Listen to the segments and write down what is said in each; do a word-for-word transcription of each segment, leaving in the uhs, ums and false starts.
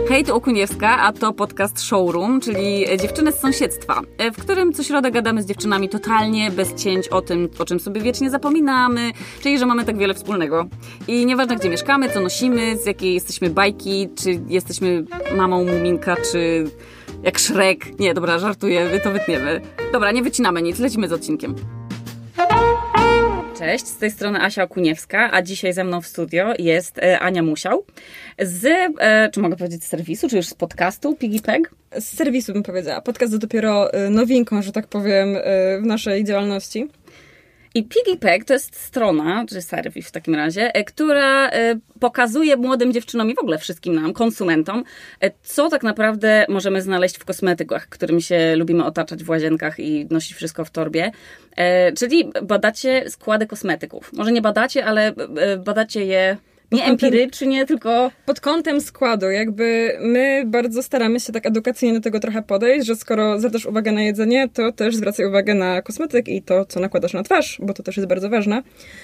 Hej, tu Okuniewska, a to podcast Showroom, czyli dziewczyny z sąsiedztwa, w którym co środę gadamy z dziewczynami totalnie bez cięć o tym, o czym sobie wiecznie zapominamy, czyli że mamy tak wiele wspólnego. I nieważne, gdzie mieszkamy, co nosimy, z jakiej jesteśmy bajki, czy jesteśmy mamą Muminka, czy jak Shrek. Nie, dobra, żartuję, to wytniemy. Dobra, nie wycinamy nic, lecimy z odcinkiem. Cześć, z tej strony Asia Okuniewska, a dzisiaj ze mną w studio jest e, Ania Musiał z, e, czy mogę powiedzieć z serwisu, czy już z podcastu Piggy Peg? Z serwisu bym powiedziała. Podcast jest dopiero e, nowinką, że tak powiem, e, w naszej działalności. I Piggy Peg to jest strona, czy serwis w takim razie, która pokazuje młodym dziewczynom i w ogóle wszystkim nam, konsumentom, co tak naprawdę możemy znaleźć w kosmetykach, którymi się lubimy otaczać w łazienkach i nosić wszystko w torbie. Czyli badacie składy kosmetyków. Może nie badacie, ale badacie je nie empirycznie, tylko pod kątem składu. Jakby my bardzo staramy się tak edukacyjnie do tego trochę podejść, że skoro zwracasz uwagę na jedzenie, to też zwracaj uwagę na kosmetyk i to, co nakładasz na twarz, bo to też jest bardzo ważne.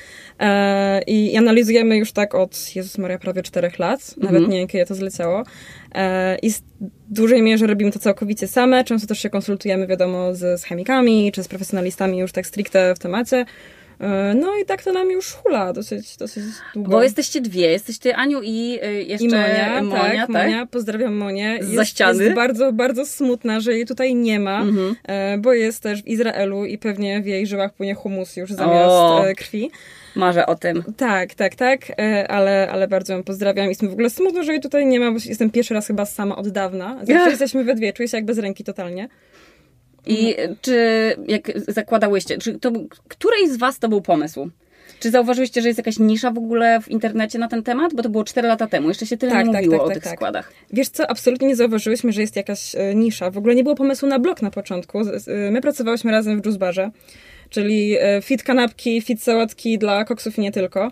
E, I analizujemy już tak od, Jezus Maria, prawie czterech lat. Nawet mm-hmm. nie wiem, kiedy to zleciało. E, I w dużej mierze robimy to całkowicie same. Często też się konsultujemy, wiadomo, z, z chemikami, czy z profesjonalistami już tak stricte w temacie. No i tak to nam już hula dosyć, dosyć długo. Bo jesteście dwie, jesteście Aniu i jeszcze I Monia. Monia, tak, tak? Monia, pozdrawiam Monię. Z jest, za ściany. Jest bardzo, bardzo smutna, że jej tutaj nie ma, mhm. bo jest też w Izraelu i pewnie w jej żyłach płynie humus już zamiast o, krwi. Marzę o tym. Tak, tak, tak, ale, ale bardzo ją pozdrawiam. Jestem w ogóle smutna, że jej tutaj nie ma, bo jestem pierwszy raz chyba sama od dawna. Zawsze jesteśmy we dwie, czuję się jak bez ręki totalnie. I czy jak zakładałyście, czy to, której z was to był pomysł? Czy zauważyłyście, że jest jakaś nisza w ogóle w internecie na ten temat? Bo to było cztery lata temu, jeszcze się tyle tak, nie tak, mówiło tak, o tak, tych tak. składach. Wiesz co, absolutnie nie zauważyłyśmy, że jest jakaś e, nisza. W ogóle nie było pomysłu na blog na początku. E, my pracowałyśmy razem w Juice Barze, czyli e, fit kanapki, fit sałatki dla koksów i nie tylko.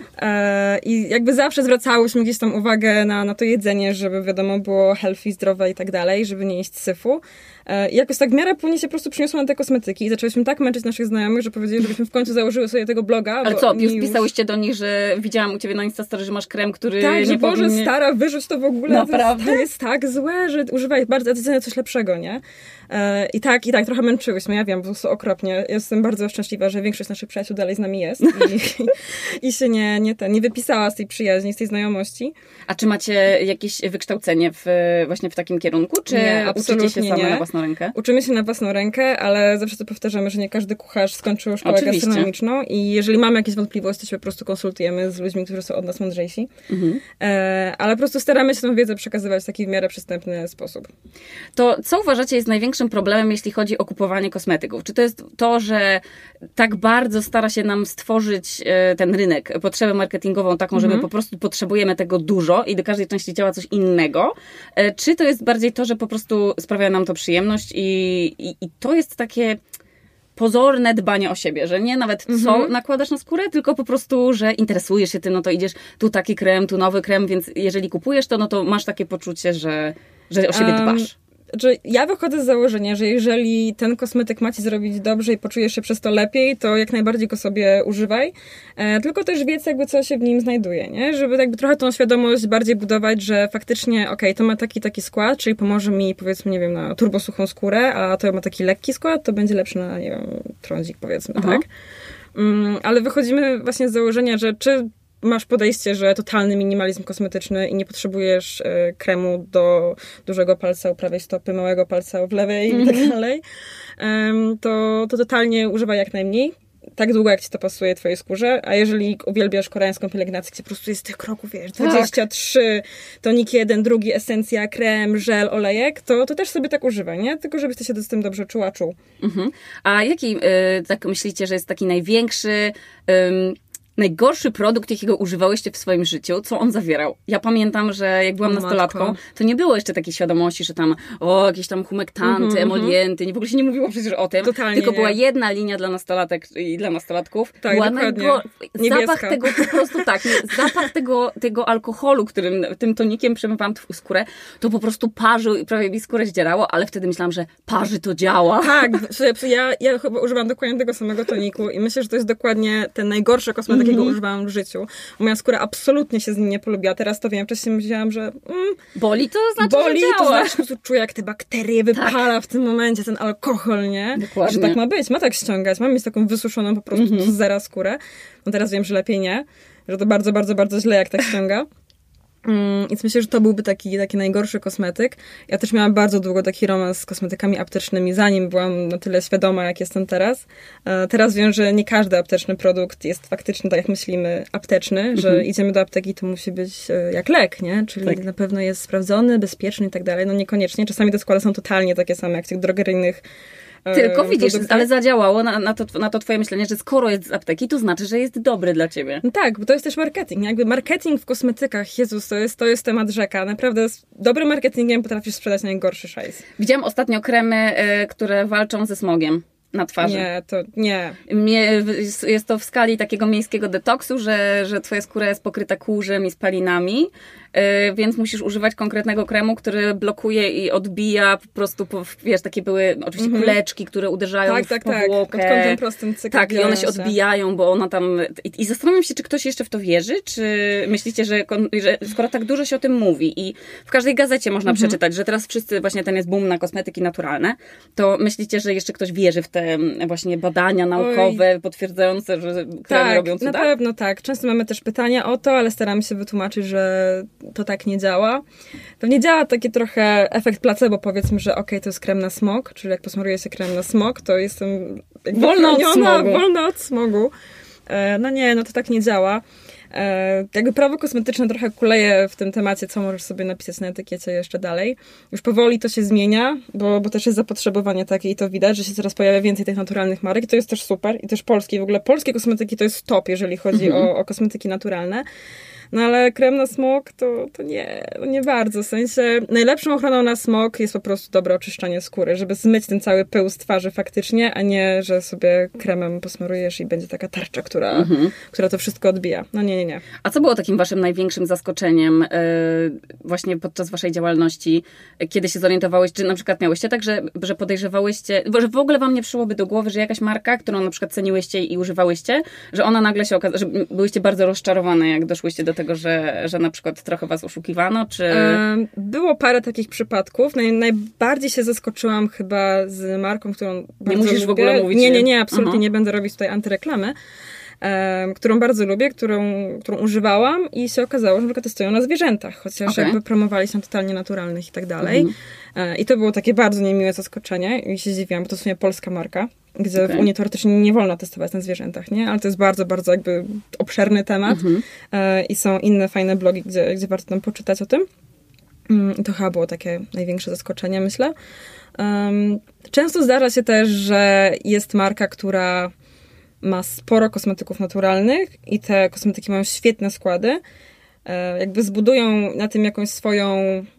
E, I jakby zawsze zwracałyśmy gdzieś tam uwagę na, na to jedzenie, żeby wiadomo było healthy, zdrowe i tak dalej, żeby nie jeść syfu. I jakoś tak w miarę płynnie się po prostu przyniosło na te kosmetyki i zaczęliśmy tak męczyć naszych znajomych, że powiedzieli, żebyśmy w końcu założyły sobie tego bloga. Ale bo co, już już... pisałyście do nich, że widziałam u ciebie na Instastory, że masz krem, który tak, nie że Boże, powinien... stara, wyrzuć to w ogóle. Naprawdę? To jest, to jest tak złe, że używaj bardzo jedzenia coś lepszego, nie? I tak, i tak, trochę męczyłyśmy, ja wiem, po prostu okropnie. Jestem bardzo szczęśliwa, że większość naszych przyjaciół dalej z nami jest i, i się nie, nie, ten, nie wypisała z tej przyjaźni, z tej znajomości. A czy macie jakieś wykształcenie w, właśnie w takim kierunku, czy nie, uczycie się same nie. na własną rękę? Uczymy się na własną rękę, ale zawsze to powtarzamy, że nie każdy kucharz skończył szkołę Oczywiście. gastronomiczną i jeżeli mamy jakieś wątpliwości, to się po prostu konsultujemy z ludźmi, którzy są od nas mądrzejsi. Mhm. E, ale po prostu staramy się tę wiedzę przekazywać w taki w miarę przystępny sposób. To co uważacie jest największym problemem, jeśli chodzi o kupowanie kosmetyków? Czy to jest to, że tak bardzo stara się nam stworzyć ten rynek, potrzebę marketingową taką, że my po prostu potrzebujemy tego dużo i do każdej części ciała coś innego? Czy to jest bardziej to, że po prostu sprawia nam to przyjemność i, i, i to jest takie pozorne dbanie o siebie, że nie nawet co mhm. nakładasz na skórę, tylko po prostu, że interesujesz się tym, no to idziesz tu taki krem, tu nowy krem, więc jeżeli kupujesz to, no to masz takie poczucie, że, że o siebie dbasz. Um. Znaczy, ja wychodzę z założenia, że jeżeli ten kosmetyk ma ci zrobić dobrze i poczujesz się przez to lepiej, to jak najbardziej go sobie używaj. E, tylko też wiedz jakby co się w nim znajduje, nie? Żeby jakby trochę tą świadomość bardziej budować, że faktycznie okej, okay, to ma taki taki skład, czyli pomoże mi powiedzmy, nie wiem, na turbosuchą skórę, a to ma taki lekki skład, to będzie lepszy na, nie wiem, trądzik powiedzmy, Aha. tak? Um, ale wychodzimy właśnie z założenia, że czy masz podejście, że totalny minimalizm kosmetyczny i nie potrzebujesz y, kremu do dużego palca u prawej stopy, małego palca w lewej mm-hmm. i tak dalej, um, to, to totalnie używaj jak najmniej. Tak długo, jak ci to pasuje twojej skórze, a jeżeli uwielbiasz koreańską pielęgnację, gdzie po prostu jest tych kroków, wiesz, dwadzieścia trzy, tonik jeden, drugi, esencja, krem, żel, olejek, to, to też sobie tak używaj, nie? Tylko żebyś ty się z tym dobrze czuła, czuł. Mhm. A jaki, y, tak myślicie, że jest taki największy... Y, najgorszy produkt, jakiego używałyście w swoim życiu, co on zawierał? Ja pamiętam, że jak byłam o, nastolatką, matko. to nie było jeszcze takiej świadomości, że tam o, jakieś tam humektanty, mm-hmm, emolienty, nie, w ogóle się nie mówiło przecież o tym. Totalnie tylko nie. była jedna linia dla nastolatek i dla nastolatków. Tak, była dokładnie. Najgo... Niebieska. Zapach tego po prostu tak, nie, zapach tego, tego alkoholu, którym tym tonikiem przemywałam w skórę, to po prostu parzył i prawie mi skórę zdzierało, ale wtedy myślałam, że parzy to działa. Tak, ja, ja chyba używam dokładnie tego samego toniku i myślę, że to jest dokładnie ten najgorszy kosmetyk, takiego używałam w życiu. Moja skóra absolutnie się z nim nie polubiła. Teraz to wiem, wcześniej myślałam, że mm, boli to znaczy, boli, że to działa. znaczy, że czuję, jak te bakterie wypala tak. w tym momencie, ten alkohol, nie? Dokładnie. Że tak ma być, ma tak ściągać. Mam mieć taką wysuszoną po prostu mm-hmm. z zera skórę. No teraz wiem, że lepiej nie. Że to bardzo, bardzo, bardzo źle, jak tak ściąga. Mm, więc myślę, że to byłby taki, taki najgorszy kosmetyk. Ja też miałam bardzo długo taki romans z kosmetykami aptecznymi, zanim byłam na tyle świadoma, jak jestem teraz. E, teraz wiem, że nie każdy apteczny produkt jest faktycznie, tak jak myślimy, apteczny, mhm. że idziemy do apteki, to musi być e, jak lek, nie? Czyli tak. na pewno jest sprawdzony, bezpieczny i tak dalej. No niekoniecznie. Czasami te składy są totalnie takie same, jak w tych drogeryjnych Tylko widzisz, ale zadziałało na, na, to, na to twoje myślenie, że skoro jest z apteki, to znaczy, że jest dobry dla ciebie. No tak, bo to jest też marketing. Jakby marketing w kosmetykach, Jezus, to jest, to jest temat rzeka. Naprawdę z dobrym marketingiem potrafisz sprzedać najgorszy szajs. Widziałam ostatnio kremy, y, które walczą ze smogiem na twarzy. Nie, to nie. Mnie, jest to w skali takiego miejskiego detoksu, że, że twoja skóra jest pokryta kurzem i spalinami, yy, więc musisz używać konkretnego kremu, który blokuje i odbija po prostu, po, wiesz, takie były oczywiście mm-hmm. kuleczki, które uderzają tak, w tak, powłokę. Tak, pod kątem prostym cykl. Tak, i one się odbijają, bo ona tam... I, i zastanawiam się, czy ktoś jeszcze w to wierzy, czy myślicie, że, że skoro tak dużo się o tym mówi i w każdej gazecie można mm-hmm. przeczytać, że teraz wszyscy, właśnie ten jest boom na kosmetyki naturalne, to myślicie, że jeszcze ktoś wierzy w te właśnie badania naukowe Oj. potwierdzające, że kremy tak, robią cuda? Na pewno tak. Często mamy też pytania o to, ale staramy się wytłumaczyć, że to tak nie działa. Pewnie działa taki trochę efekt placebo, powiedzmy, że okej, okay, to jest krem na smog, czyli jak posmaruję się krem na smog, to jestem wolna od smogu. Wolna od smogu. No nie, no to tak nie działa. E, jakby prawo kosmetyczne trochę kuleje w tym temacie, co możesz sobie napisać na etykiecie jeszcze dalej. Już powoli to się zmienia, bo, bo też jest zapotrzebowanie takie i to widać, że się coraz pojawia więcej tych naturalnych marek i to jest też super. I też polskie, w ogóle polskie kosmetyki to jest top, jeżeli chodzi mhm. o, o kosmetyki naturalne. No ale krem na smog to, to nie, nie bardzo. W sensie najlepszą ochroną na smog jest po prostu dobre oczyszczanie skóry, żeby zmyć ten cały pył z twarzy faktycznie, a nie, że sobie kremem posmarujesz i będzie taka tarcza, która, mhm. która to wszystko odbija. No nie, nie, nie. A co było takim waszym największym zaskoczeniem yy, właśnie podczas waszej działalności, kiedy się zorientowałyście, czy na przykład miałyście tak, że, że podejrzewałyście, że w ogóle wam nie przyszłoby do głowy, że jakaś marka, którą na przykład ceniłyście i używałyście, że ona nagle się okazała, że byłyście bardzo rozczarowane, jak doszłyście do tego, że, że na przykład trochę was oszukiwano, czy... Było parę takich przypadków. Naj, najbardziej się zaskoczyłam chyba z marką, którą bardzo Nie musisz lubię. w ogóle mówić... Nie, nie, nie, absolutnie Aha. nie będę robić tutaj antyreklamy. Um, którą bardzo lubię, którą, którą używałam i się okazało, że na przykład testują na zwierzętach, chociaż okay. jakby promowali się totalnie naturalnych i tak dalej. Mhm. E, I to było takie bardzo niemiłe zaskoczenie i się zdziwiłam, bo to w sumie polska marka, gdzie okay. w Unii teoretycznie nie wolno testować na zwierzętach, nie? Ale to jest bardzo, bardzo jakby obszerny temat mhm. e, i są inne fajne blogi, gdzie, gdzie warto tam poczytać o tym. I to chyba było takie największe zaskoczenie, myślę. Um, często zdarza się też, że jest marka, która ma sporo kosmetyków naturalnych i te kosmetyki mają świetne składy. E, jakby zbudują na tym jakąś swoją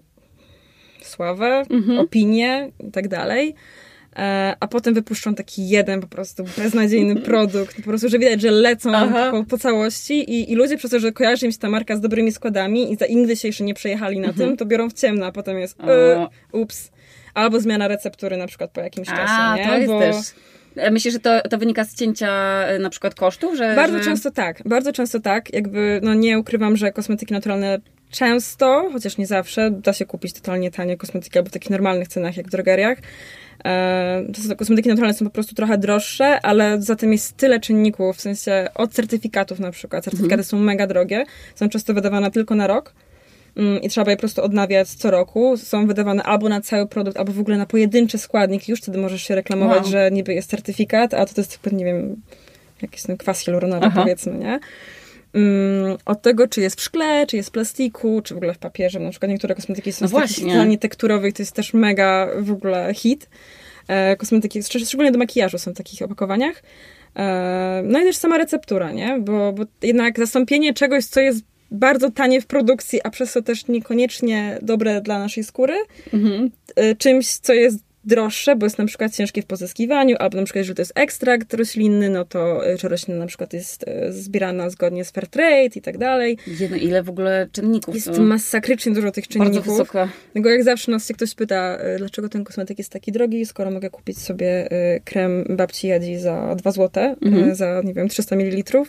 sławę, mhm. opinię i tak dalej. E, a potem wypuszczą taki jeden po prostu beznadziejny produkt. Po prostu, że widać, że lecą po, po całości i, i ludzie przez to, że kojarzy im się ta marka z dobrymi składami i za nigdy się jeszcze nie przejechali na mhm. tym, to biorą w ciemno, a potem jest e, ups. Albo zmiana receptury na przykład po jakimś a, czasie. Nie? To jest Bo... też... Myślisz, że to, to wynika z cięcia na przykład kosztów? Że, bardzo że... często tak. Bardzo często tak. Jakby, no nie ukrywam, że kosmetyki naturalne często, chociaż nie zawsze, da się kupić totalnie tanie kosmetyki albo w takich normalnych cenach, jak w drogeriach. E, to kosmetyki naturalne są po prostu trochę droższe, ale za tym jest tyle czynników, w sensie od certyfikatów na przykład. Certyfikaty mhm. są mega drogie, są często wydawane tylko na rok. I trzeba je po prostu odnawiać co roku. Są wydawane albo na cały produkt, albo w ogóle na pojedynczy składnik. Już wtedy możesz się reklamować, wow. że niby jest certyfikat, a to, to jest, nie wiem, jakiś ten kwas hialuronowy, powiedzmy, nie? Um, od tego, czy jest w szkle, czy jest w plastiku, czy w ogóle w papierze. Na przykład niektóre kosmetyki są no z takich totalnie tekturowych, to jest też mega w ogóle hit. E, kosmetyki, szczególnie do makijażu są w takich opakowaniach. E, no i też sama receptura, nie? Bo, bo jednak zastąpienie czegoś, co jest bardzo tanie w produkcji, a przez to też niekoniecznie dobre dla naszej skóry, mhm. czymś, co jest droższe, bo jest na przykład ciężkie w pozyskiwaniu, albo na przykład jeżeli to jest ekstrakt roślinny, no to czy roślina na przykład jest zbierana zgodnie z fair trade i tak dalej. Jedno, ile w ogóle czynników? Jest to... masakrycznie dużo tych czynników. Bardzo wysoka. Dlatego jak zawsze nas się ktoś pyta, dlaczego ten kosmetyk jest taki drogi, skoro mogę kupić sobie krem babci Jadzi za dwa złote, mhm. za, nie wiem, trzysta mililitrów,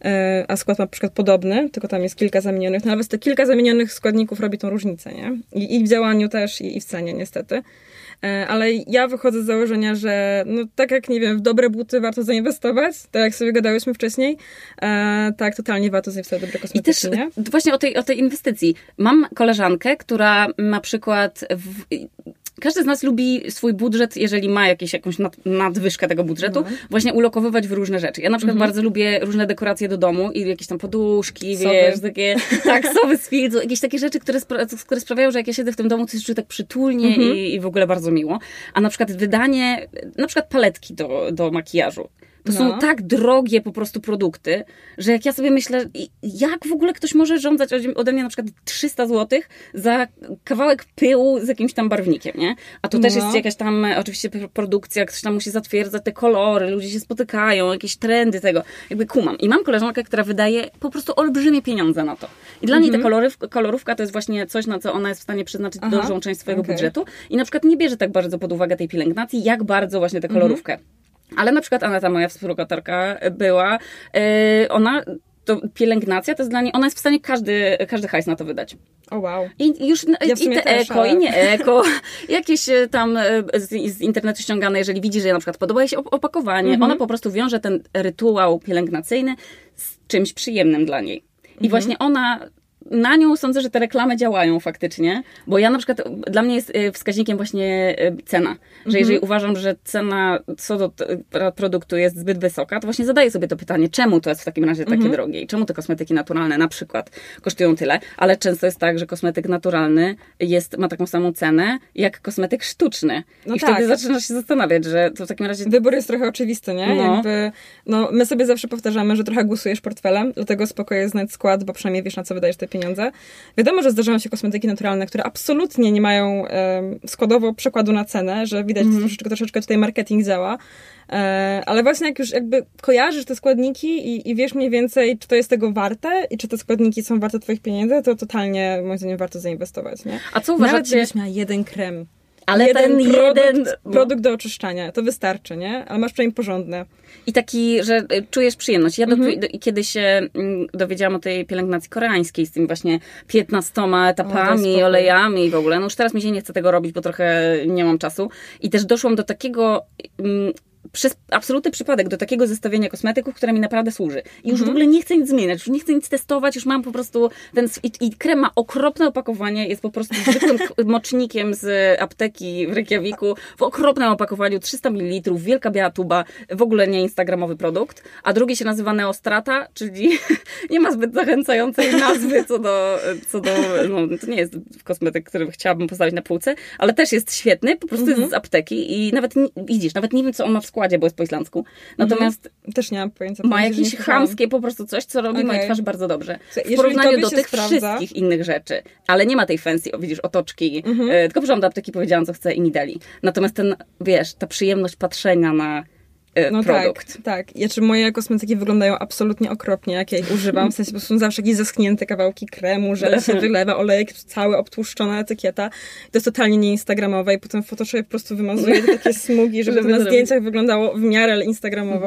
a skład ma na przykład podobny, tylko tam jest kilka zamienionych, no nawet te kilka zamienionych składników robi tą różnicę, nie? I, i w działaniu też, i, i w cenie niestety. Ale ja wychodzę z założenia, że no tak jak, nie wiem, w dobre buty warto zainwestować, tak jak sobie gadałyśmy wcześniej, e, tak totalnie warto zainwestować w dobre kosmetyki, nie? I też właśnie o tej, o tej inwestycji. Mam koleżankę, która na przykład... W, każdy z nas lubi swój budżet, jeżeli ma jakieś, jakąś nad, nadwyżkę tego budżetu, no. właśnie ulokowywać w różne rzeczy. Ja na przykład mhm. bardzo lubię różne dekoracje do domu i jakieś tam poduszki, sowy. wiesz, takie, tak, sowy z filcu, jakieś takie rzeczy, które, spra- które sprawiają, że jak ja siedzę w tym domu, to się czuję tak przytulnie mhm. i, i w ogóle bardzo miło. A na przykład wydanie, na przykład paletki do, do makijażu. To no. są tak drogie po prostu produkty, że jak ja sobie myślę, jak w ogóle ktoś może żądać ode mnie na przykład trzysta złotych za kawałek pyłu z jakimś tam barwnikiem, nie? A to no. też jest jakaś tam oczywiście produkcja, ktoś tam musi zatwierdzać te kolory, ludzie się spotykają, jakieś trendy tego. Jakby kumam. I mam koleżankę, która wydaje po prostu olbrzymie pieniądze na to. I dla mhm. niej ta kolorów, kolorówka to jest właśnie coś, na co ona jest w stanie przeznaczyć Aha. dużą część swojego okay. budżetu. I na przykład nie bierze tak bardzo pod uwagę tej pielęgnacji, jak bardzo właśnie tę kolorówkę. Mhm. Ale na przykład Aneta, moja współlokatorka, była, yy, ona, to pielęgnacja, to jest dla niej, ona jest w stanie każdy, każdy hajs na to wydać. O oh, wow. I już ja i te też, eko, ale... i nie eko, jakieś tam z, z internetu ściągane, jeżeli widzi, że na przykład podoba jej się opakowanie, mm-hmm. ona po prostu wiąże ten rytuał pielęgnacyjny z czymś przyjemnym dla niej. I mm-hmm. właśnie ona... Na nią sądzę, że te reklamy działają faktycznie, bo ja na przykład, dla mnie jest wskaźnikiem właśnie cena, że mhm. jeżeli uważam, że cena co do produktu jest zbyt wysoka, to właśnie zadaję sobie to pytanie, czemu to jest w takim razie takie mhm. drogie i czemu te kosmetyki naturalne na przykład kosztują tyle, ale często jest tak, że kosmetyk naturalny jest, ma taką samą cenę jak kosmetyk sztuczny no i tak. wtedy zaczynasz się zastanawiać, że to w takim razie... Wybór jest trochę oczywisty, nie? No. Jakby, no, my sobie zawsze powtarzamy, że trochę głosujesz portfelem, dlatego spoko jest znać skład, bo przynajmniej wiesz, na co wydajesz te pieniądze. Wiadomo, że zdarzają się kosmetyki naturalne, które absolutnie nie mają um, składowo przekładu na cenę, że widać mm. troszeczkę, troszeczkę tutaj marketing działa. E, ale właśnie jak już jakby kojarzysz te składniki i, i wiesz mniej więcej, czy to jest tego warte i czy te składniki są warte twoich pieniędzy, to totalnie moim zdaniem warto zainwestować. Nie? A co uważacie? Nawet gdybyś miała jeden krem. Ale jeden ten produkt, jeden... produkt do oczyszczania, to wystarczy, nie? Ale masz przynajmniej porządne. I taki, że czujesz przyjemność. Ja Mhm. do, do, kiedy się dowiedziałam o tej pielęgnacji koreańskiej z tymi właśnie piętnastoma etapami, o, olejami i w ogóle, no już teraz mi się nie chce tego robić, bo trochę nie mam czasu. I też doszłam do takiego... Mm, przez absolutny przypadek do takiego zestawienia kosmetyków, które mi naprawdę służy. I już mhm. w ogóle nie chcę nic zmieniać, już nie chcę nic testować, już mam po prostu ten... I, i krem ma okropne opakowanie, jest po prostu zwykłym mocznikiem z apteki w Reykjaviku, w okropnym opakowaniu, trzysta mililitrów, wielka biała tuba, w ogóle nie instagramowy produkt, a drugi się nazywa Neostrata, czyli nie ma zbyt zachęcającej nazwy co do... Co do no, to nie jest kosmetyk, który chciałabym postawić na półce, ale też jest świetny, po prostu mhm. jest z apteki i nawet, widzisz, nawet nie wiem, co on ma w składzie, bo jest po islandzku. Natomiast mhm. też nie mam pojęcia. Ma jakieś chamskie po prostu coś, co robi okay. mojej twarzy bardzo dobrze. W porównaniu do tych sprawdza... wszystkich innych rzeczy. Ale nie ma tej fancy, o widzisz, otoczki. Mhm. E, tylko przyszłam do apteki, powiedziałam, co chcę i mi dali. Natomiast ten, wiesz, ta przyjemność patrzenia na e, no produkt. Tak, tak. Ja, czy moje kosmetyki wyglądają absolutnie okropnie, jak ja ich używam. W sensie po prostu są zawsze jakieś zaschnięte kawałki kremu, żel się wylewa, olejek, cała obtłuszczona etykieta. To jest totalnie nieinstagramowe i potem w Photoshopie po prostu wymazuję takie smugi, żeby, żeby to na zdjęciach wyglądało w miarę instagramowo.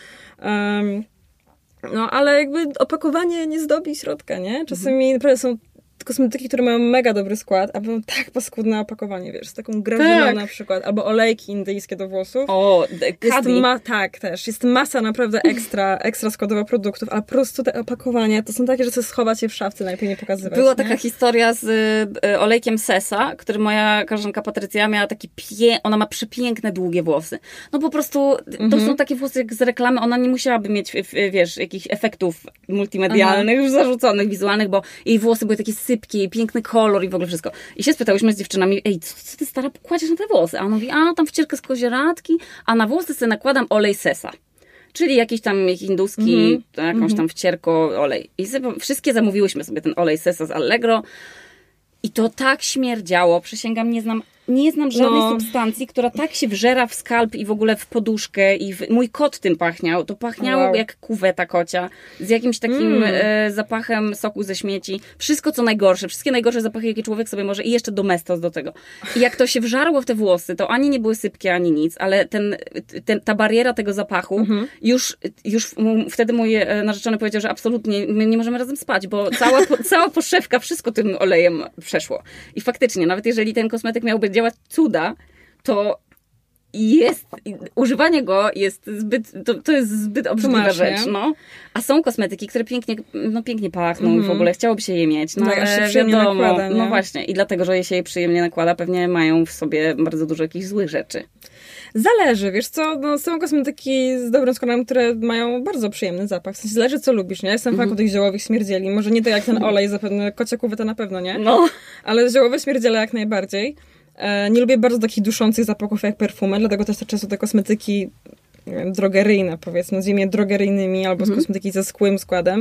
Mhm. Um, no, ale jakby opakowanie nie zdobi środka, nie? Czasami mhm. naprawdę są kosmetyki, które mają mega dobry skład, a mają tak paskudne opakowanie, wiesz, z taką grażyną tak. na przykład, albo olejki indyjskie do włosów. O, jest ma- Tak, też. Jest masa naprawdę ekstra, ekstra składowa produktów, ale po prostu te opakowania to są takie, że chcesz schować je w szafce, najlepiej nie pokazywać. Była nie? taka historia z y, olejkiem Sesa, który moja koleżanka Patrycja miała taki pie... Ona ma przepiękne, długie włosy. No po prostu mhm. to są takie włosy jak z reklamy, ona nie musiałaby mieć, wiesz, jakichś efektów multimedialnych, Aha. już zarzuconych, wizualnych, bo jej włosy były takie sypkie, piękny kolor i w ogóle wszystko. I się spytałyśmy z dziewczynami, ej, co, co ty stara kładziesz na te włosy? A ona mówi, a tam wcierkę z kozieradki, a na włosy sobie nakładam olej Sesa. Czyli jakiś tam hinduski, mm-hmm. jakąś tam wcierko olej. I sobie, wszystkie zamówiłyśmy sobie ten olej Sesa z Allegro. I to tak śmierdziało, przysięgam, nie znam nie znam żadnej No. substancji, która tak się wżera w skalp i w ogóle w poduszkę i w... mój kot tym pachniał. To pachniało Wow. jak kuweta kocia, z jakimś takim Mm. e, zapachem soku ze śmieci. Wszystko co najgorsze, wszystkie najgorsze zapachy, jakie człowiek sobie może i jeszcze domestos do tego. I jak to się wżarło w te włosy, to ani nie były sypkie, ani nic, ale ten, ten, ta bariera tego zapachu, Mhm. już, już wtedy mój e, narzeczony powiedział, że absolutnie my nie możemy razem spać, bo cała, po, cała poszewka, wszystko tym olejem przeszło. I faktycznie, nawet jeżeli ten kosmetyk miałby działać cuda, to jest, używanie go jest zbyt, to, to jest zbyt obrzydliwa Masz, rzecz, nie? no. A są kosmetyki, które pięknie, no pięknie pachną Mhm. i w ogóle chciałoby się je mieć, no Tak, aż się ale przyjemnie wiadomo, nakłada, nie? no właśnie. I dlatego, że je się je przyjemnie nakłada, pewnie mają w sobie bardzo dużo jakichś złych rzeczy. Zależy, wiesz co, no, są kosmetyki z dobrym składem, które mają bardzo przyjemny zapach. W sensie zależy, co lubisz, nie? Jestem Mhm. faku tych ziołowych śmierdzieli. Może nie to jak ten olej, zapewne kocia kuweta na pewno, nie? No. Ale ziołowe śmierdziele jak najbardziej. E, nie lubię bardzo takich duszących zapachów jak perfumy, dlatego też często te kosmetyki nie wiem, drogeryjne, powiedzmy, nazwijmy je drogeryjnymi, albo z kosmetyki ze skłym składem.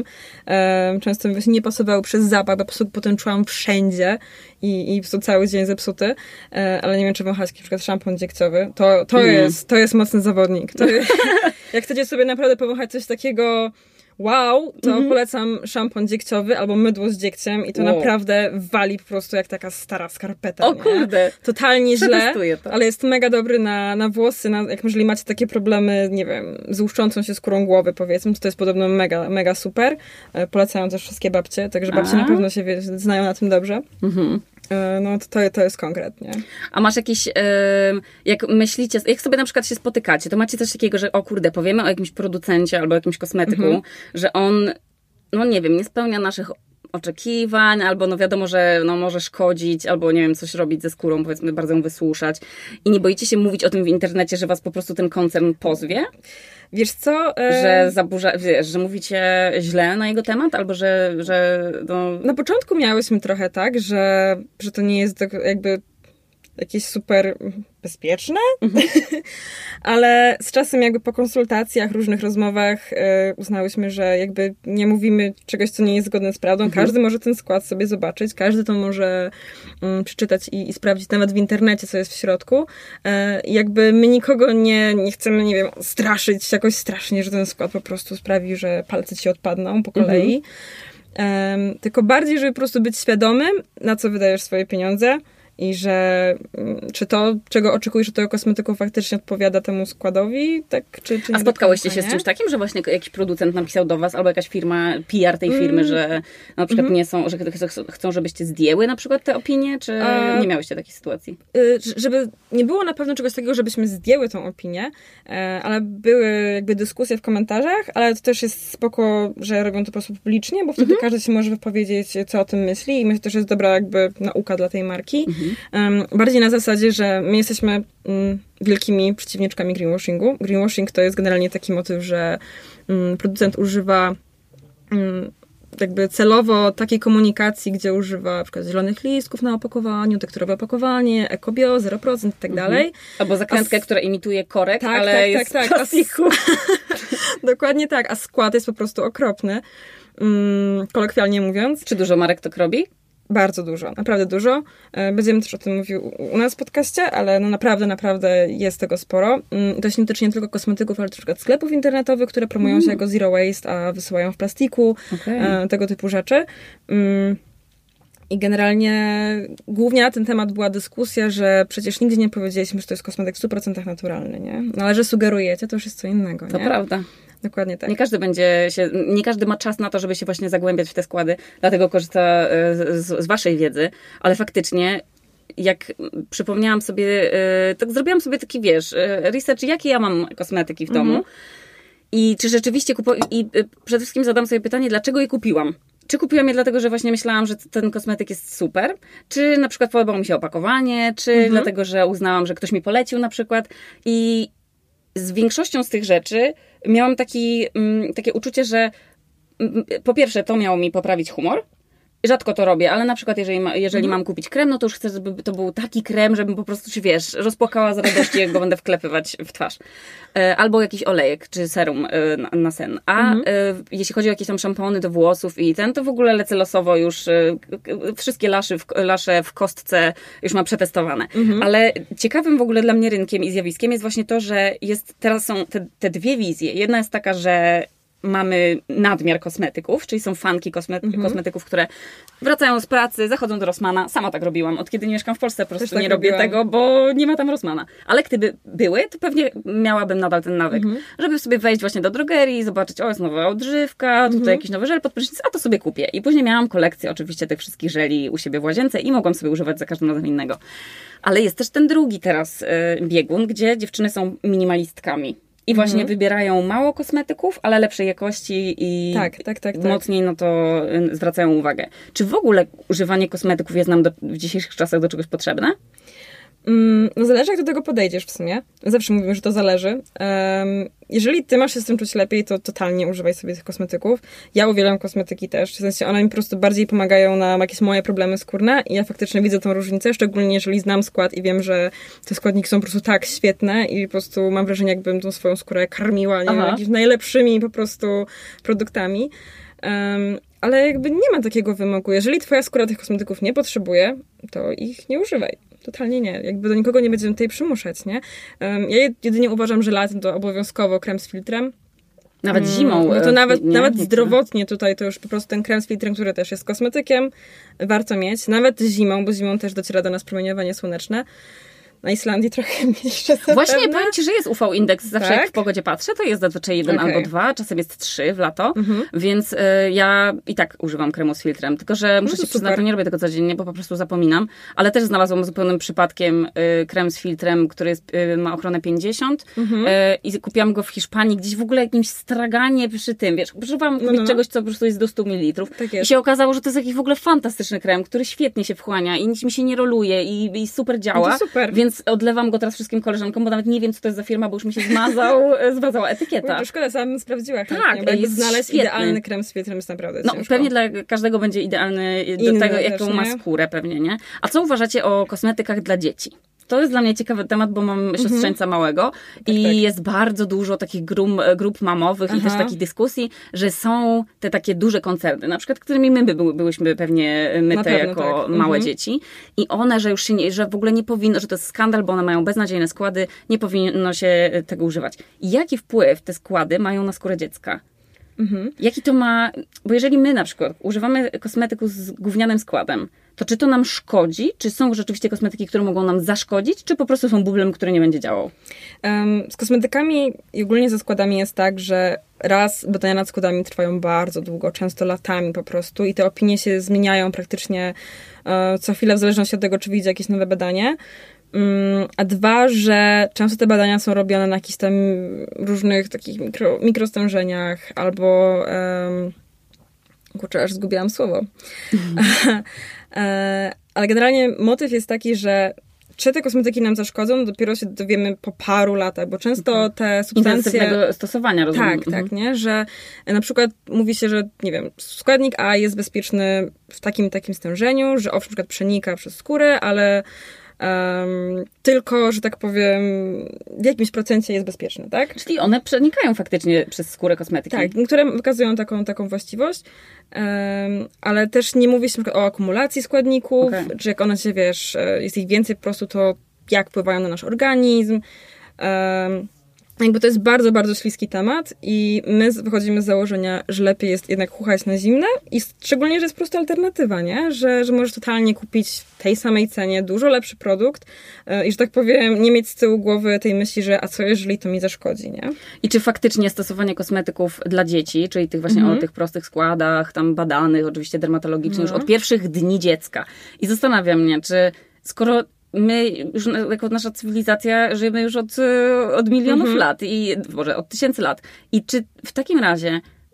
E, często mi właśnie nie pasowały przez zapach, bo po prostu potem czułam wszędzie i, i po prostu cały dzień zepsuty. E, ale nie wiem, czy wąchać na przykład szampon dziegciowy. To, to, Mm. jest, to jest mocny zawodnik. To jest, jak chcecie sobie naprawdę powąchać coś takiego wow, to Mhm. polecam szampon dziegciowy albo mydło z dziegciem i to Wow. naprawdę wali po prostu jak taka stara skarpeta. O nie? kurde. Totalnie źle, Przetestuję to. ale jest mega dobry na, na włosy, na, jak jeżeli macie takie problemy, nie wiem, z łuszczącą się skórą głowy, powiedzmy, to to jest podobno mega, mega super. E, Polecają też wszystkie babcie, także babcie A. na pewno się wie, znają na tym dobrze. Mhm. E, No to, to, to jest konkretnie. A masz jakieś, em, jak myślicie, jak sobie na przykład się spotykacie, to macie coś takiego, że o kurde, powiemy o jakimś producencie albo jakimś kosmetyku, Mhm. że on, no nie wiem, nie spełnia naszych oczekiwań, albo no wiadomo, że no może szkodzić, albo nie wiem, coś robić ze skórą, powiedzmy, bardzo ją wysłuszać. I nie boicie się mówić o tym w internecie, że was po prostu ten koncern pozwie? Wiesz co? E, Że zaburza, wiesz, że mówicie źle na jego temat, albo że, że no... Na początku miałyśmy trochę tak, że, że to nie jest tak jakby jakieś super bezpieczne, ale z czasem jakby po konsultacjach, różnych rozmowach e, uznałyśmy, że jakby nie mówimy czegoś, co nie jest zgodne z prawdą. Mhm. Każdy może ten skład sobie zobaczyć, każdy to może mm, przeczytać i, i sprawdzić nawet w internecie, co jest w środku. E, jakby my nikogo nie, nie chcemy, nie wiem, straszyć jakoś strasznie, że ten skład po prostu sprawi, że palce ci odpadną po kolei. Em, tylko bardziej, żeby po prostu być świadomym, na co wydajesz swoje pieniądze i że mm, czy to, czego oczekujesz od tego kosmetyku, faktycznie odpowiada temu składowi, tak, czy, czy nie A do spotkałyście końca, się z nie? czymś takim, że właśnie jakiś producent napisał do was, albo jakaś firma, P R tej firmy, Mm. że na przykład nie są, że ch- chcą, żebyście zdjęły na przykład te opinie, czy A- nie miałyście takiej sytuacji? Y, żeby nie było na pewno czegoś takiego, żebyśmy zdjęły tą opinię, e, ale były jakby dyskusje w komentarzach, ale to też jest spoko, że robią to po prostu publicznie, bo wtedy Mhm. każdy się może wypowiedzieć, co o tym myśli i myślę, że też jest dobra jakby nauka dla tej marki. Mhm. Em, bardziej na zasadzie, że my jesteśmy mm, wielkimi przeciwniczkami greenwashingu. Greenwashing to jest generalnie taki motyw, że mm, producent używa mm, jakby celowo takiej komunikacji, gdzie używa na przykład zielonych listków na opakowaniu, tekturowe opakowanie, ekobio, zero procent i tak dalej. Albo zakrętkę, A s- która imituje korek, Tak, ale tak, jest tak, z tak. A plastiku. Dokładnie tak, a skład jest po prostu okropny. Mm, kolokwialnie mówiąc. Czy dużo marek to robi? Bardzo dużo, naprawdę dużo. E, Będziemy też o tym mówił u u nas w podcaście, ale no naprawdę, naprawdę jest tego sporo. Mm, To się nie tyczy nie tylko kosmetyków, ale też na przykład sklepów internetowych, które promują się jako zero waste, a wysyłają w plastiku, Okej. e, tego typu rzeczy. Mm, I generalnie głównie na ten temat była dyskusja, że przecież nigdy nie powiedzieliśmy, że to jest kosmetyk w stu procentach naturalny, nie? No ale że sugerujecie, to już jest co innego, To nie? prawda. Dokładnie tak. Nie każdy będzie się, nie każdy ma czas na to, żeby się właśnie zagłębiać w te składy, dlatego korzysta e, z, z waszej wiedzy, ale faktycznie jak przypomniałam sobie, e, tak zrobiłam sobie taki, wiesz, e, research, jakie ja mam kosmetyki w domu Mhm. i czy rzeczywiście kupo- i e, przede wszystkim zadam sobie pytanie, dlaczego je kupiłam. Czy kupiłam je dlatego, że właśnie myślałam, że ten kosmetyk jest super? Czy na przykład podobało mi się opakowanie? Czy Mhm. dlatego, że uznałam, że ktoś mi polecił na przykład? I z większością z tych rzeczy miałam taki, mm, takie uczucie, że mm, po pierwsze to miało mi poprawić humor, rzadko to robię, ale na przykład jeżeli, ma, jeżeli mhm. mam kupić krem, no to już chcę, żeby to był taki krem, żebym po prostu się, wiesz, rozpłakała z radości, jak go będę wklepywać w twarz. Albo jakiś olejek, czy serum na, na sen. A mhm. jeśli chodzi o jakieś tam szampony do włosów i ten, to w ogóle lecę losowo już wszystkie lasze w, lasze w kostce już mam przetestowane. Mhm. Ale ciekawym w ogóle dla mnie rynkiem i zjawiskiem jest właśnie to, że jest, teraz są te, te dwie wizje. Jedna jest taka, że mamy nadmiar kosmetyków, czyli są fanki kosmety- mhm. kosmetyków, które wracają z pracy, zachodzą do Rossmana. Sama tak robiłam. Od kiedy mieszkam w Polsce po prostu tak nie robię robiłam. tego, bo nie ma tam Rossmana. Ale gdyby były, to pewnie miałabym nadal ten nawyk, mhm. żeby sobie wejść właśnie do drogerii, zobaczyć, o jest nowa odżywka, tutaj mhm. jakiś nowy żel pod prysznic, a to sobie kupię. I później miałam kolekcję oczywiście tych wszystkich żeli u siebie w łazience i mogłam sobie używać za każdym razem innego. Ale jest też ten drugi teraz y, biegun, gdzie dziewczyny są minimalistkami. I właśnie mhm. wybierają mało kosmetyków, ale lepszej jakości i tak, tak, tak, tak. mocniej na to zwracają uwagę. Czy w ogóle używanie kosmetyków jest nam do, w dzisiejszych czasach do czegoś potrzebne? Mm, no zależy, jak do tego podejdziesz w sumie. Zawsze mówimy, że to zależy. Um, jeżeli ty masz się z tym czuć lepiej, to totalnie używaj sobie tych kosmetyków. Ja uwielbiam kosmetyki też. W sensie one mi po prostu bardziej pomagają na jakieś moje problemy skórne i ja faktycznie widzę tą różnicę, szczególnie jeżeli znam skład i wiem, że te składniki są po prostu tak świetne i po prostu mam wrażenie, jakbym tą swoją skórę karmiła, nie wiem, jakimiś najlepszymi po prostu produktami. Um, ale jakby nie ma takiego wymogu. Jeżeli twoja skóra tych kosmetyków nie potrzebuje, to ich nie używaj. Totalnie nie. Jakby do nikogo nie będziemy tutaj przymuszać, nie? Um, ja jedynie uważam, że latem to obowiązkowo krem z filtrem. Nawet zimą. No to nawet, nie, nawet zdrowotnie tutaj to już po prostu ten krem z filtrem, który też jest kosmetykiem, warto mieć. Nawet zimą, bo zimą też dociera do nas promieniowanie słoneczne. Na Islandii trochę mniejsze zapewne. Właśnie, powiem Ci, że jest U V-indeks. Zawsze tak? jak w pogodzie patrzę, to jest zazwyczaj jeden okay. albo dwa, czasem jest trzy w lato, mhm. więc y, ja i tak używam kremu z filtrem. Tylko, że muszę no się przyznać, że nie robię tego codziennie, bo po prostu zapominam. Ale też znalazłam zupełnym przypadkiem y, krem z filtrem, który jest, y, ma ochronę pięćdziesiąt mhm. y, i kupiłam go w Hiszpanii, gdzieś w ogóle jakimś straganie przy tym, wiesz, używam no, no. czegoś, co po prostu jest do stu mililitrów. Tak I się okazało, że to jest jakiś w ogóle fantastyczny krem, który świetnie się wchłania i nic mi się nie roluje i, i super działa. No to super. Więc odlewam go teraz wszystkim koleżankom, bo nawet nie wiem, co to jest za firma, bo już mi się zmazał, zmazała etykieta. Oj, szkoda, sama bym sprawdziła. Tak, bo jest znaleźć świetny. Idealny krem z filtrem jest naprawdę No ciężko. pewnie dla każdego będzie idealny do Inny tego, też, jaką ma nie? skórę pewnie, nie? A co uważacie o kosmetykach dla dzieci? To jest dla mnie ciekawy temat, bo mam siostrzeńca mhm. małego tak, i tak. jest bardzo dużo takich grup, grup mamowych Aha. i też takich dyskusji, że są te takie duże koncerny, na przykład, którymi my by, byłyśmy pewnie myte pewno, jako tak. małe mhm. dzieci i one, że już się nie, że w ogóle nie powinno, że to jest skandal, bo one mają beznadziejne składy, nie powinno się tego używać. I jaki wpływ te składy mają na skórę dziecka? Mhm. Jaki to ma, bo jeżeli my na przykład używamy kosmetyku z gównianym składem, to czy to nam szkodzi? Czy są rzeczywiście kosmetyki, które mogą nam zaszkodzić? Czy po prostu są bublem, który nie będzie działał? Um, z kosmetykami i ogólnie ze składami jest tak, że raz badania nad składami trwają bardzo długo, często latami po prostu i te opinie się zmieniają praktycznie e, co chwilę w zależności od tego, czy widzę jakieś nowe badanie. Um, a dwa, że często te badania są robione na jakichś tam różnych takich mikro, mikrostężeniach albo um, kurczę, aż zgubiłam słowo. Mhm. Ale generalnie motyw jest taki, że czy te kosmetyki nam zaszkodzą, dopiero się dowiemy po paru latach, bo często te substancje... Intensywnego stosowania, rozumiem. Tak, mhm. tak, nie? Że na przykład mówi się, że nie wiem, składnik A jest bezpieczny w takim takim stężeniu, że owszem, na przykład przenika przez skórę, ale Um, tylko, że tak powiem, w jakimś procencie jest bezpieczny, tak? Czyli one przenikają faktycznie przez skórę kosmetyki. Tak, niektóre wykazują taką, taką właściwość, um, ale też nie mówi się na przykład o akumulacji składników, okay. czy jak one się, wiesz, jest ich więcej po prostu, to jak wpływają na nasz organizm. Um, Jakby to jest bardzo, bardzo śliski temat i my wychodzimy z założenia, że lepiej jest jednak chuchać na zimne i szczególnie, że jest po prostu alternatywa, nie? Że, że możesz totalnie kupić w tej samej cenie dużo lepszy produkt i, że tak powiem, nie mieć z tyłu głowy tej myśli, że a co jeżeli to mi zaszkodzi, nie? I czy faktycznie stosowanie kosmetyków dla dzieci, czyli tych właśnie mhm. o tych prostych składach, tam badanych, oczywiście dermatologicznych, no. już od pierwszych dni dziecka. I zastanawia mnie, czy skoro my już jako nasza cywilizacja żyjemy już od, od milionów mhm. lat i może od tysięcy lat. I czy w takim razie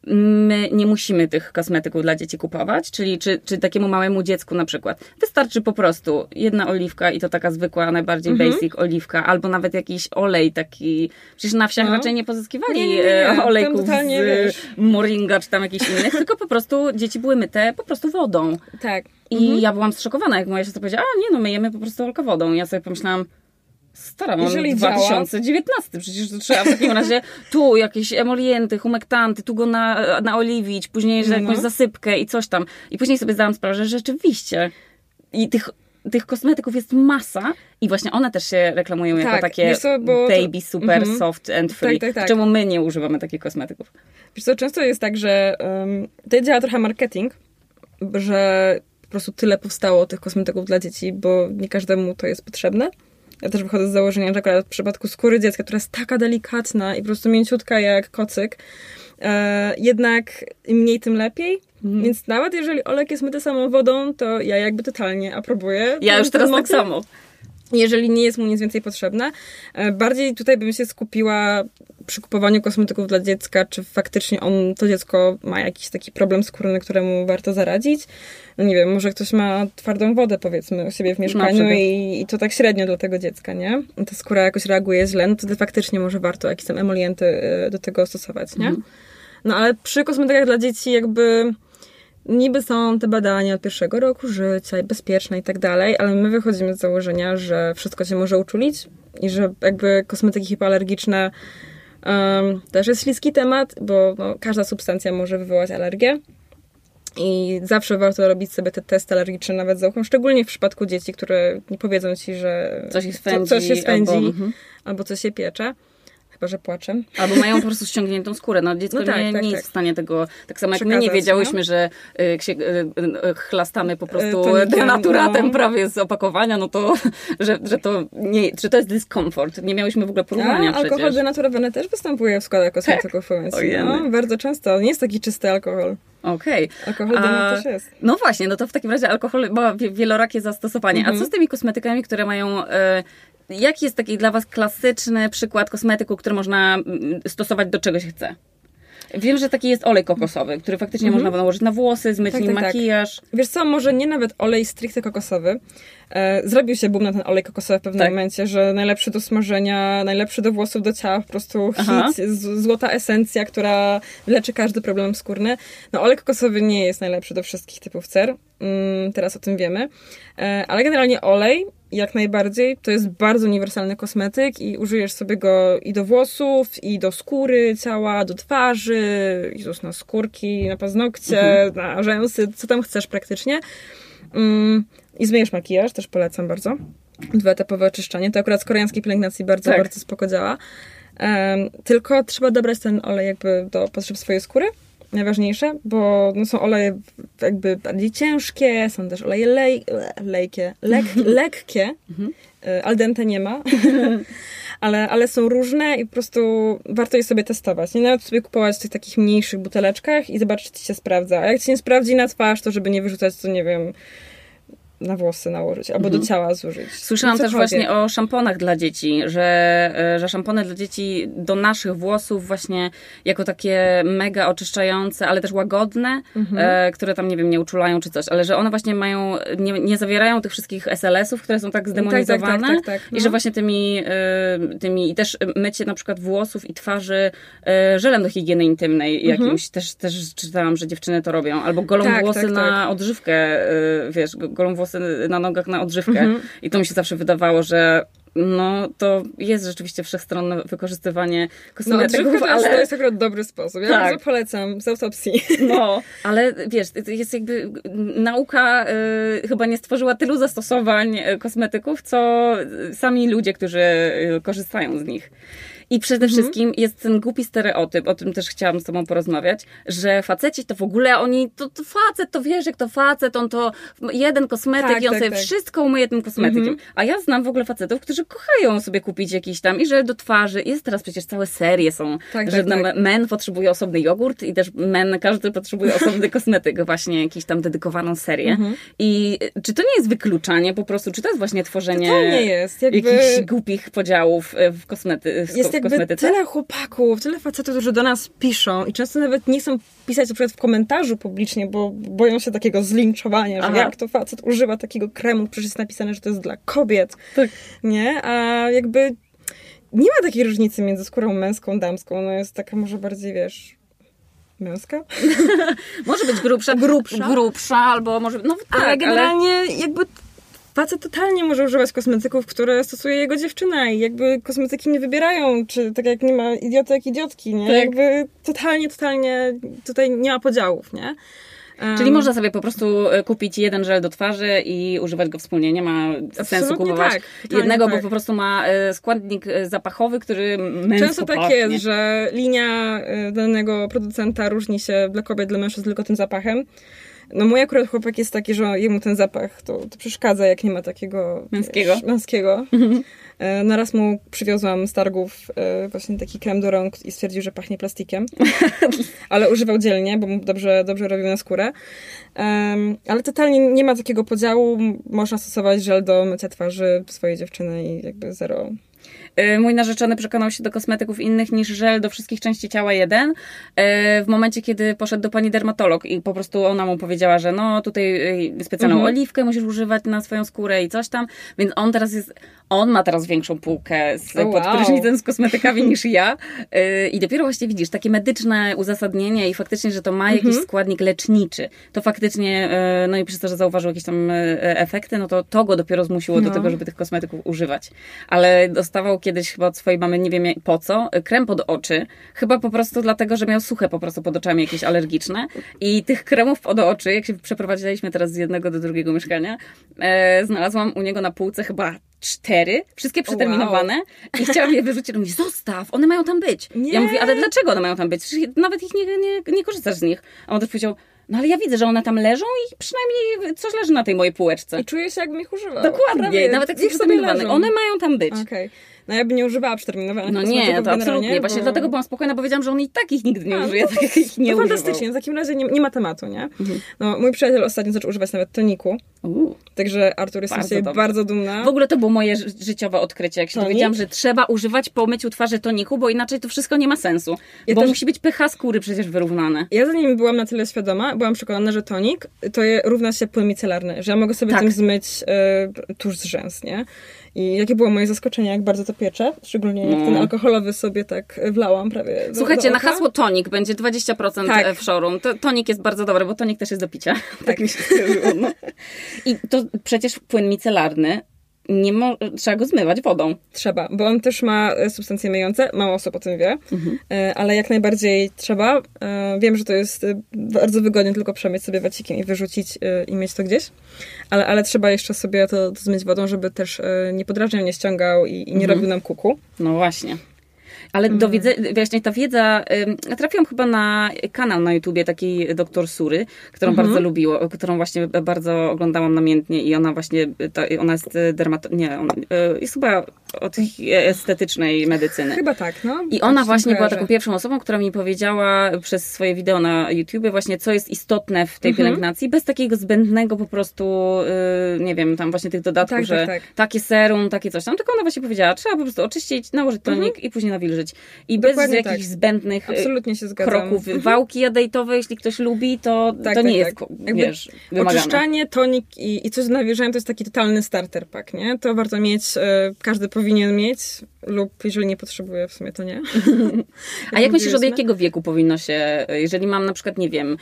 my nie musimy tych kosmetyków dla dzieci kupować, czyli czy, czy takiemu małemu dziecku na przykład wystarczy po prostu jedna oliwka i to taka zwykła, najbardziej mhm. basic oliwka, albo nawet jakiś olej taki, przecież na wsiach no. raczej nie pozyskiwali nie, nie, nie. olejków z wiesz. moringa czy tam jakichś innych, tylko po prostu dzieci były myte po prostu wodą. Tak. I mhm. ja byłam zszokowana, jak moja siostra powiedziała, a nie no, myjemy po prostu tylko wodą. I ja sobie pomyślałam, stara, mam Jeżeli dwa tysiące dziewiętnasty, przecież to trzeba w takim razie tu jakieś emolienty, humektanty, tu go na, naoliwić, później że jakąś zasypkę i coś tam. I później sobie zdałam sprawę, że rzeczywiście i tych, tych kosmetyków jest masa i właśnie one też się reklamują tak, jako takie co, baby, super, mm-hmm. soft and free. Tak, tak, tak. Czemu my nie używamy takich kosmetyków? Wiesz co, często jest tak, że um, tutaj działa trochę marketing, że po prostu tyle powstało tych kosmetyków dla dzieci, bo nie każdemu to jest potrzebne. Ja też wychodzę z założenia, że akurat w przypadku skóry dziecka, która jest taka delikatna i po prostu mięciutka jak kocyk, e, jednak im mniej, tym lepiej. Mm. Więc nawet jeżeli olejek jest myty samą wodą, to ja jakby totalnie aprobuję. Ja już teraz tak samo. Jeżeli nie jest mu nic więcej potrzebne. E, bardziej tutaj bym się skupiła przy kupowaniu kosmetyków dla dziecka, czy faktycznie on, to dziecko ma jakiś taki problem skórny, któremu warto zaradzić. No nie wiem, może ktoś ma twardą wodę, powiedzmy, u siebie w mieszkaniu no, i, i to tak średnio dla tego dziecka, nie? I ta skóra jakoś reaguje źle, no to wtedy faktycznie może warto jakieś tam emolienty do tego stosować, nie? Mhm. No ale przy kosmetykach dla dzieci jakby niby są te badania od pierwszego roku życia i bezpieczne i tak dalej, ale my wychodzimy z założenia, że wszystko się może uczulić i że jakby kosmetyki hipoalergiczne um, też jest śliski temat, bo no, każda substancja może wywołać alergię i zawsze warto robić sobie te testy alergiczne nawet za uchem, szczególnie w przypadku dzieci, które nie powiedzą ci, że coś się spędzi, co, coś się spędzi albo, mhm. albo coś się piecze. Chyba, że płaczem. Albo mają po prostu ściągniętą skórę. No dziecko no tak, nie, tak, nie tak. jest w stanie tego, tak samo jak my nie wiedziałyśmy, no? że y, się, y, y, chlastamy po prostu Tonikiem, denaturatem no. prawie z opakowania, no to, że, że to nie, że to jest dyskomfort. Nie miałyśmy w ogóle porównania A, przecież. Alkohol denaturowany też występuje w składach kosmetyków. Tak? No, bardzo często. Nie jest taki czysty alkohol. Okej. Okay. Alkohol A, też jest. No właśnie, no to w takim razie alkohol ma wielorakie zastosowanie. Mhm. A co z tymi kosmetykami, które mają... Y, Jaki jest taki dla was klasyczny przykład kosmetyku, który można stosować do czego się chce? Wiem, że taki jest olej kokosowy, który faktycznie mhm. można nałożyć na włosy, zmyć tak, nim tak, makijaż. Tak. Wiesz co, może nie nawet olej stricte kokosowy. E, zrobił się boom na ten olej kokosowy w pewnym tak. momencie, że najlepszy do smażenia, najlepszy do włosów, do ciała, po prostu hit, z, złota esencja, która leczy każdy problem skórny. No olej kokosowy nie jest najlepszy do wszystkich typów cer. Mm, teraz o tym wiemy. E, ale generalnie olej jak najbardziej. To jest bardzo uniwersalny kosmetyk i użyjesz sobie go i do włosów, i do skóry ciała, do twarzy, Jezus, na skórki, na paznokcie, mhm. na rzęsy, co tam chcesz praktycznie. Mm, I zmyjesz makijaż, też polecam bardzo. Dwuetapowe oczyszczanie. To akurat z koreańskiej pielęgnacji bardzo, tak. bardzo spoko działa. Um, tylko trzeba dobrać ten olej jakby do potrzeb swojej skóry. Najważniejsze, bo no, są oleje jakby bardziej ciężkie, są też oleje lej, lejkie, lek, lekkie, al dente nie ma, ale, ale są różne i po prostu warto je sobie testować. Nie nawet sobie kupować w tych takich mniejszych buteleczkach i zobaczyć, czy ci się sprawdza. A jak ci nie sprawdzi na twarz, to żeby nie wyrzucać, to nie wiem... na włosy nałożyć, albo mhm. do ciała zużyć. Słyszałam też właśnie o szamponach dla dzieci, że, że szampony dla dzieci do naszych włosów właśnie jako takie mega oczyszczające, ale też łagodne, mhm. e, które tam, nie wiem, nie uczulają czy coś, ale że one właśnie mają, nie, nie zawierają tych wszystkich es el esów, które są tak zdemonizowane tak, tak, tak, tak, tak. No. I że właśnie tymi, e, tymi i też mycie na przykład włosów i twarzy e, żelem do higieny intymnej mhm. jakimś, też, też czytałam, że dziewczyny to robią, albo golą tak, włosy tak, na tak. odżywkę, e, wiesz, golą włosy na nogach na odżywkę. Mhm. I to mi się zawsze wydawało, że no to jest rzeczywiście wszechstronne wykorzystywanie kosmetyków, no, ale... to jest akurat dobry sposób. Ja tak. bardzo polecam z autopsji. No, ale wiesz, jest jakby nauka y, chyba nie stworzyła tylu zastosowań kosmetyków, co sami ludzie, którzy korzystają z nich. I przede mhm. wszystkim jest ten głupi stereotyp, o tym też chciałam z tobą porozmawiać, że faceci to w ogóle oni, to, to facet, to wiesz, jak to facet, on to jeden kosmetyk tak, i on tak, sobie tak. wszystko umyje tym kosmetykiem. Mhm. A ja znam w ogóle facetów, którzy kochają sobie kupić jakiś tam i żel do twarzy. Jest teraz przecież całe serie są, tak, że tak, tak. men potrzebuje osobny jogurt i też men, każdy potrzebuje osobny kosmetyk, właśnie jakiś tam dedykowaną serię. Mhm. I czy to nie jest wykluczanie po prostu, czy to jest właśnie tworzenie to nie jest. Jakby... jakichś głupich podziałów w kosmetyce? Jest jakby kosmetyce? Tyle chłopaków, tyle facetów, którzy do nas piszą i często nawet nie chcą pisać na przykład w komentarzu publicznie, bo boją się takiego zlinczowania, że Aha. jak to facet używa takiego kremu, przecież jest napisane, że to jest dla kobiet. Tak. Nie? A jakby nie ma takiej różnicy między skórą męską, damską. No jest taka może bardziej, wiesz... Męska? Może być grubsza, grubsza, grubsza albo może... No tak, ale generalnie ale... jakby facet totalnie może używać kosmetyków, które stosuje jego dziewczyna i jakby kosmetyki nie wybierają, czy tak jak nie ma idioty jak idiotki, nie? Tak. Jakby totalnie, totalnie tutaj nie ma podziałów, nie? Czyli um, można sobie po prostu kupić jeden żel do twarzy i używać go wspólnie. Nie ma sensu kupować tak, jednego, tak. bo po prostu ma składnik zapachowy, który męsko Często tak pachnie. jest, że linia danego producenta różni się dla kobiet, dla mężczyzn tylko tym zapachem. No mój akurat chłopak jest taki, że jemu ten zapach to, to przeszkadza, jak nie ma takiego męskiego. Wiesz, męskiego. Mhm. Na raz mu przywiozłam z targów właśnie taki krem do rąk i stwierdził, że pachnie plastikiem. Ale używał dzielnie, bo mu dobrze, dobrze robił na skórę. Um, ale totalnie nie ma takiego podziału. Można stosować żel do mycia twarzy swojej dziewczyny i jakby zero... Mój narzeczony przekonał się do kosmetyków innych niż żel do wszystkich części ciała jeden. W momencie, kiedy poszedł do pani dermatolog i po prostu ona mu powiedziała, że no tutaj specjalną mhm. oliwkę musisz używać na swoją skórę i coś tam. Więc on teraz jest, on ma teraz większą półkę z, oh, pod wow. prysznicem z kosmetykami niż ja. I dopiero właśnie widzisz takie medyczne uzasadnienie i faktycznie, że to ma jakiś mhm. składnik leczniczy. To faktycznie, no i przez to, że zauważył jakieś tam efekty, no to to go dopiero zmusiło no. do tego, żeby tych kosmetyków używać. Ale dostawał kiedyś chyba od swojej mamy, nie wiem po co, krem pod oczy. Chyba po prostu dlatego, że miał suche po prostu pod oczami jakieś alergiczne. I tych kremów pod oczy, jak się przeprowadziliśmy teraz z jednego do drugiego mieszkania, e, znalazłam u niego na półce chyba cztery, wszystkie przeterminowane. Wow. I chciałam je wyrzucić. On mówi, zostaw, one mają tam być. Nie. Ja mówię, ale dlaczego one mają tam być? Przecież nawet ich nie, nie, nie korzystasz z nich. A on też powiedział, no ale ja widzę, że one tam leżą i przynajmniej coś leży na tej mojej półeczce. I czuję się, jakbym ich używała. Dokładnie. Prawie, nawet jak są przeterminowane. One mają tam być. Okej. Okay. No ja bym nie używała przeterminowanych No nie, to absolutnie. Bo... Właśnie dlatego byłam spokojna, bo wiedziałam, że on i tak ich nigdy nie A, użyje, tak jak ich nie używał. Fantastycznie, w takim razie nie, nie ma tematu, nie? Mhm. No, mój przyjaciel ostatnio zaczął używać nawet toniku. Uh, Także Artur, jestem z ciebie bardzo dumna. W ogóle to było moje życiowe odkrycie, jak się Tonik? dowiedziałam, że trzeba używać po myciu twarzy toniku, bo inaczej to wszystko nie ma sensu. Ja bo też... musi być pH skóry przecież wyrównane. Ja zanim byłam na tyle świadoma, byłam przekonana, że tonik to je równa się płyn micelarny, że ja mogę sobie tak. tym zmyć y, tusz z rzęs, nie? I jakie było moje zaskoczenie, jak bardzo to piecze. Szczególnie jak no. ten alkoholowy sobie tak wlałam prawie do, Słuchajcie, do na hasło tonik będzie dwadzieścia procent tak. w showroom. To, tonik jest bardzo dobry, bo tonik też jest do picia. Tak, tak mi się skojarzyło. No. I to przecież płyn micelarny, nie mo- trzeba go zmywać wodą. Trzeba, bo on też ma substancje myjące. Mało osób o tym wie, mhm. ale jak najbardziej trzeba. Wiem, że to jest bardzo wygodnie tylko przemyć sobie wacikiem i wyrzucić i mieć to gdzieś. Ale, ale trzeba jeszcze sobie to, to zmyć wodą, żeby też nie podrażniał, nie ściągał i, i nie mhm. robił nam kuku. No właśnie. Ale do wiedzy, właśnie ta wiedza, y, trafiłam chyba na kanał na YouTubie takiej doktor Sury, którą mhm. bardzo lubiło, którą właśnie bardzo oglądałam namiętnie i ona właśnie, ta, ona jest dermato... nie, on, y, jest chyba od estetycznej medycyny. Chyba tak, no. I ona właśnie była taką pierwszą osobą, która mi powiedziała przez swoje wideo na YouTubie właśnie, co jest istotne w tej mhm. pielęgnacji, bez takiego zbędnego po prostu, y, nie wiem, tam właśnie tych dodatków, tak, że tak, tak. takie serum, takie coś tam, tylko ona właśnie powiedziała, trzeba po prostu oczyścić, nałożyć tonik mhm. i później nawilżyć. I Dokładnie bez jakichś tak. zbędnych Absolutnie się kroków. Mhm. Wałki jadejtowe, jeśli ktoś lubi, to, tak, to tak, nie tak. jest, wiesz, wymagane. Oczyszczanie, tonik i, i coś z nawilżeniem to jest taki totalny starter pack, nie? To warto mieć, y, każdy powinien mieć, lub jeżeli nie potrzebuje, w sumie to nie. A jak myślisz, od jakiego wieku powinno się, jeżeli mam na przykład, nie wiem,